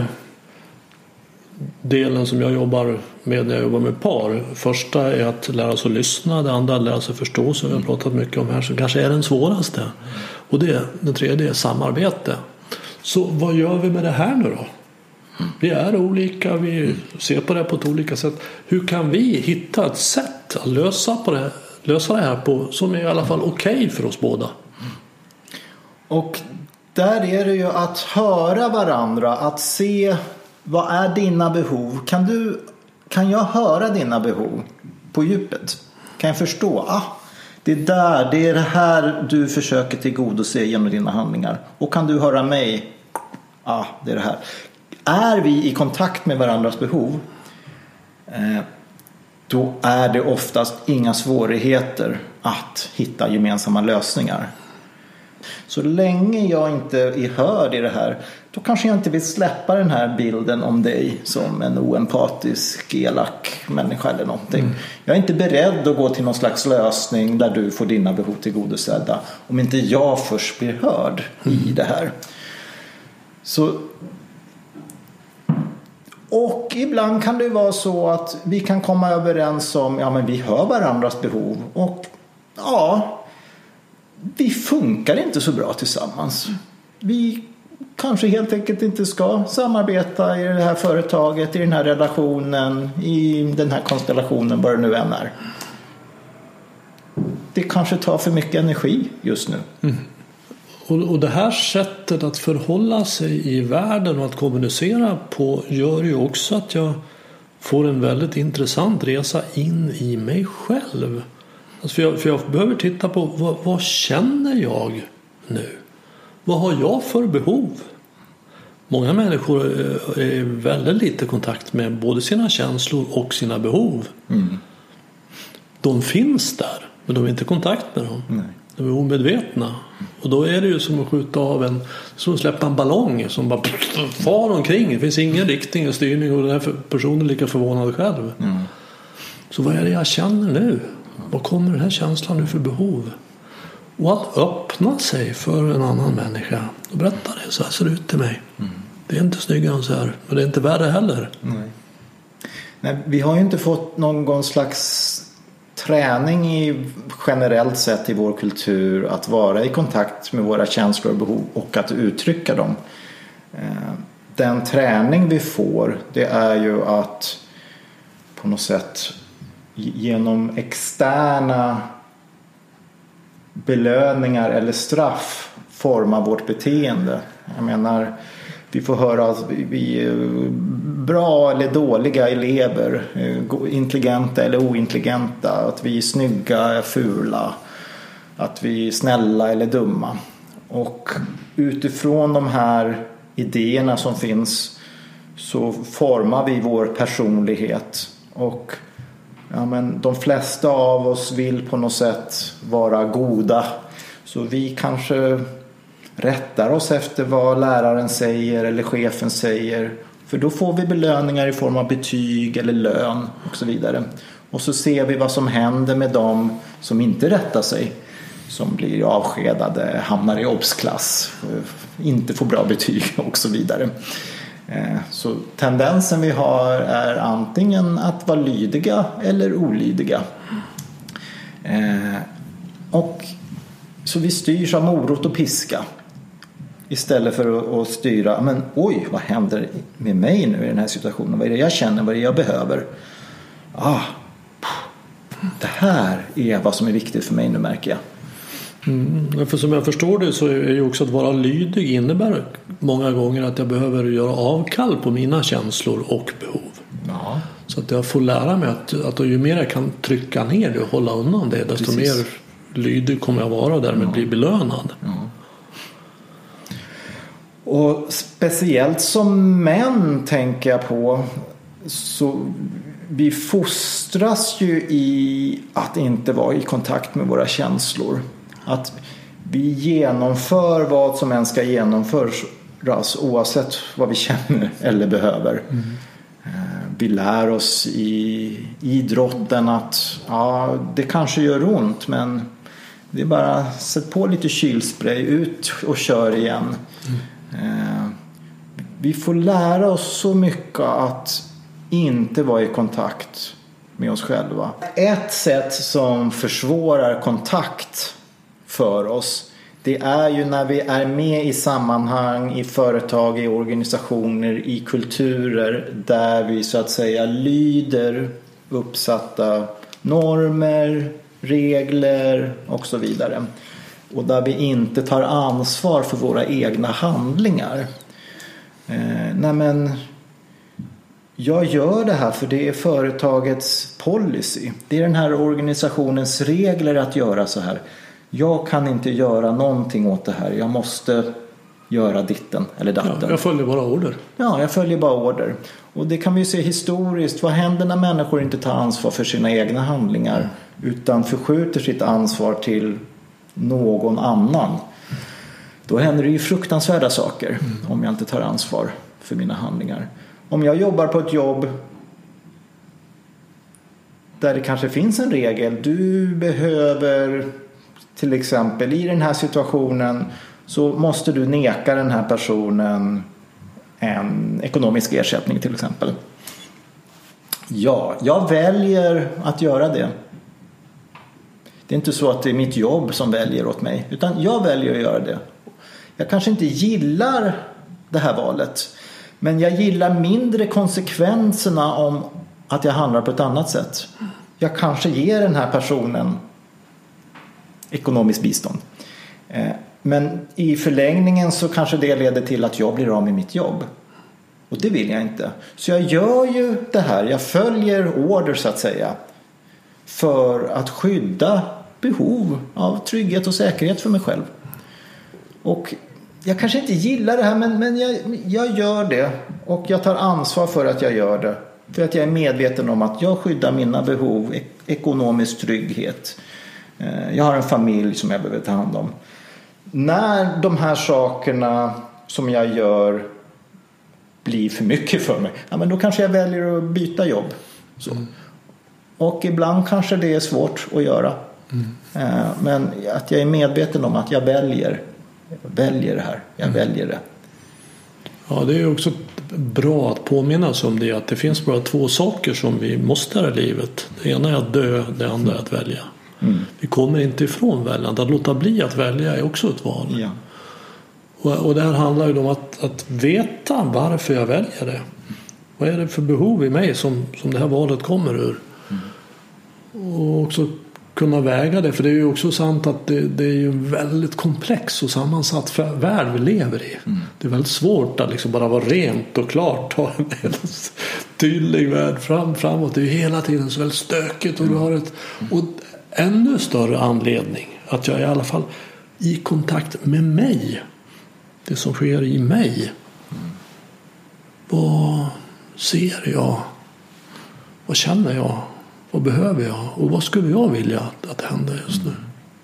delen som jag jobbar med när jag jobbar med par. Första är att lära sig att lyssna, det andra är att lära sig att förstå, som vi har pratat mycket om här, som kanske är den svåraste. Och den tredje är samarbete. Så vad gör vi med det här nu då? Vi är olika, vi ser på det på ett olika sätt. Hur kan vi hitta ett sätt att lösa det här på som är i alla fall okej för oss båda? Och där är det ju att höra varandra, att se vad är dina behov. Kan jag höra dina behov på djupet? Kan jag förstå? Det är det här du försöker tillgodose genom dina handlingar. Och kan du höra mig? Det är det här. Är vi i kontakt med varandras behov, då är det oftast inga svårigheter att hitta gemensamma lösningar. Så länge jag inte är hörd i det här, då kanske jag inte vill släppa den här bilden om dig som en oempatisk, elak människa eller någonting. Jag är inte beredd att gå till någon slags lösning där du får dina behov tillgodosedda om inte jag först blir hörd i det här. Så, och ibland kan det vara så att vi kan komma överens om, ja men vi hör varandras behov och ja, vi funkar inte så bra tillsammans. Vi kanske helt enkelt inte ska samarbeta i det här företaget, i den här relationen, i den här konstellationen, vad det nu än är. Det kanske tar för mycket energi just nu. Och det här sättet att förhålla sig i världen och att kommunicera på gör ju också att jag får en väldigt intressant resa in i mig själv. Alltså för jag behöver titta på vad känner jag nu? Vad har jag för behov? Många människor är väldigt lite kontakt med både sina känslor och sina behov. De finns där, men de är inte i kontakt med dem. Nej. De är omedvetna. Och då är det ju som att skjuta av som att släppa en ballong som bara far omkring. Det finns ingen riktning och styrning och den här personen är lika förvånad själv. Så vad är det jag känner nu? Vad kommer den här känslan nu för behov? Och att öppna sig för en annan människa och berätta det, så här ser det ut till mig. Det är inte snyggare än så här, men det är inte värre heller. Nej, vi har ju inte fått någon slags träning generellt sett i vår kultur att vara i kontakt med våra känslor och behov och att uttrycka dem. Den träning vi får, det är ju att på något sätt genom externa belöningar eller straff forma vårt beteende. Jag menar, vi får höra att vi är bra eller dåliga elever, intelligenta eller ointelligenta, att vi är snygga, fula, att vi är snälla eller dumma. Och utifrån de här idéerna som finns så formar vi vår personlighet. Och ja, men de flesta av oss vill på något sätt vara goda. Så vi kanske rättar oss efter vad läraren säger eller chefen säger. För då får vi belöningar i form av betyg eller lön och så vidare. Och så ser vi vad som händer med dem som inte rättar sig. Som blir avskedade, hamnar i obsklass, inte får bra betyg och så vidare. Så tendensen vi har är antingen att vara lydiga eller olydiga. Och så vi styrs av morot och piska. Istället för att styra, men oj, vad händer med mig nu i den här situationen? Vad är det jag känner? Vad är det jag behöver? Det här är vad som är viktigt för mig nu, märker jag. För som jag förstår det så är ju också att vara lydig innebär många gånger att jag behöver göra avkall på mina känslor och behov. Ja. Så att jag får lära mig att ju mer jag kan trycka ner det och hålla undan det, desto mer lydig kommer jag vara och därmed bli belönad. Ja. Och speciellt som män tänker jag på, så vi fostras ju i att inte vara i kontakt med våra känslor. Att vi genomför vad som än ska genomföras oavsett vad vi känner eller behöver. Vi lär oss i idrotten att det kanske gör ont, men det är bara sätt på lite kylspray, ut och kör igen. Vi får lära oss så mycket att inte vara i kontakt med oss själva. Ett sätt som försvårar kontakt för oss, det är ju när vi är med i sammanhang, i företag, i organisationer, i kulturer där vi så att säga lyder uppsatta normer, regler och så vidare. Och där vi inte tar ansvar för våra egna handlingar. Nej men, jag gör det här för det är företagets policy. Det är den här organisationens regler att göra så här. Jag kan inte göra någonting åt det här. Jag måste göra ditten eller datten. Ja, jag följer bara order. Ja, jag följer bara order. Och det kan vi ju se historiskt. Vad händer när människor inte tar ansvar för sina egna handlingar utan förskjuter sitt ansvar till någon annan? Då händer det ju fruktansvärda saker om jag inte tar ansvar för mina handlingar. Om jag jobbar på ett jobb där det kanske finns en regel. Du behöver till exempel i den här situationen så måste du neka den här personen en ekonomisk ersättning till exempel. Ja, jag väljer att göra det. Det är inte så att det är mitt jobb som väljer åt mig, utan jag väljer att göra det. Jag kanske inte gillar det här valet, men jag gillar mindre konsekvenserna om att jag handlar på ett annat sätt. Jag kanske ger den här personen ekonomiskt bistånd. Men i förlängningen så kanske det leder till att jag blir av med mitt jobb. Och det vill jag inte. Så jag gör ju det här. Jag följer order så att säga. För att skydda behov av trygghet och säkerhet för mig själv. Och jag kanske inte gillar det här, men jag gör det. Och jag tar ansvar för att jag gör det. För att jag är medveten om att jag skyddar mina behov, ekonomisk trygghet. Jag har en familj som jag behöver ta hand om. När de här sakerna som jag gör blir för mycket för mig, ja, men då kanske jag väljer att byta jobb. Så. Och ibland kanske det är svårt att göra. Men att jag är medveten om att jag väljer det här. Jag väljer det. Ja, det är också bra att påminna sig om det. Att det finns bara 2 saker som vi måste göra i livet. Det ena är att dö, det andra är att välja. Vi kommer inte ifrån väljandet. Att låta bli att välja är också ett val. Ja. Och det här handlar ju om att veta varför jag väljer det. Vad är det för behov i mig som det här valet kommer ur? Och också kunna väga det. För det är ju också sant att det är ju en väldigt komplex och sammansatt värld vi lever i. Det är väldigt svårt att liksom bara vara rent och klart. Ha en helt tydlig värld framåt. Det är ju hela tiden så väldigt stökigt. Och du har och ännu större anledning att jag är i alla fall i kontakt med mig. Det som sker i mig. Vad ser jag? Vad känner jag? Vad behöver jag? Och vad skulle jag vilja att hända just nu?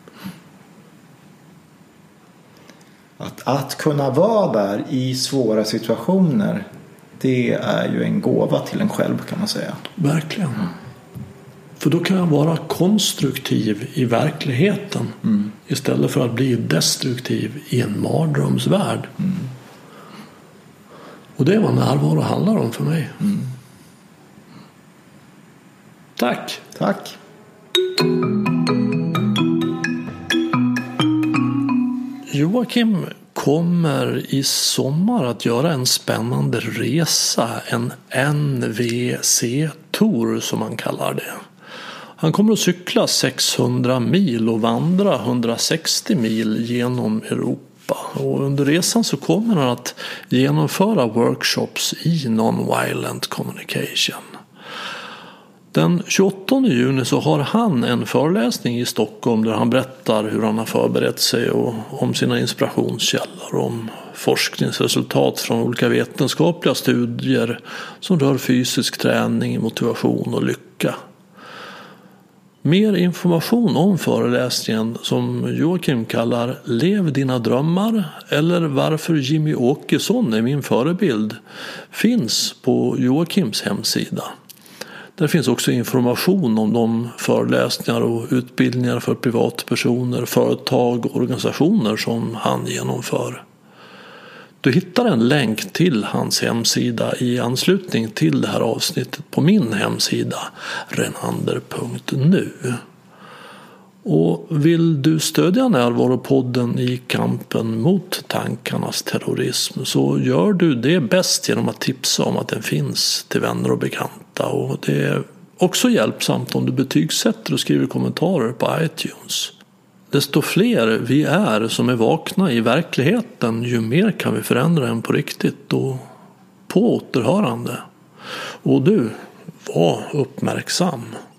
Att kunna vara där i svåra situationer, det är ju en gåva till en själv, kan man säga. Verkligen. För då kan jag vara konstruktiv i verkligheten istället för att bli destruktiv i en mardrömsvärld. Och det är vad närvaro handlar om för mig. Tack. Tack. Joakim kommer i sommar att göra en spännande resa, en NVC-tour som man kallar det. Han kommer att cykla 600 mil och vandra 160 mil genom Europa. Och under resan så kommer han att genomföra workshops i non-violent communication. Den 28 juni så har han en föreläsning i Stockholm där han berättar hur han har förberett sig och om sina inspirationskällor, om forskningsresultat från olika vetenskapliga studier som rör fysisk träning, motivation och lycka. Mer information om föreläsningen, som Joakim kallar Lev dina drömmar eller Varför Jimmy Åkesson är min förebild, finns på Joakims hemsida. Där finns också information om de föreläsningar och utbildningar för privatpersoner, företag och organisationer som han genomför. Du hittar en länk till hans hemsida i anslutning till det här avsnittet på min hemsida renander.nu. Och vill du stödja Närvaropodden i kampen mot tankarnas terrorism så gör du det bäst genom att tipsa om att den finns till vänner och bekanta. Och det är också hjälpsamt om du betygsätter och skriver kommentarer på iTunes. Desto fler vi är som är vakna i verkligheten, ju mer kan vi förändra den på riktigt och på återhörande. Och du, var uppmärksam.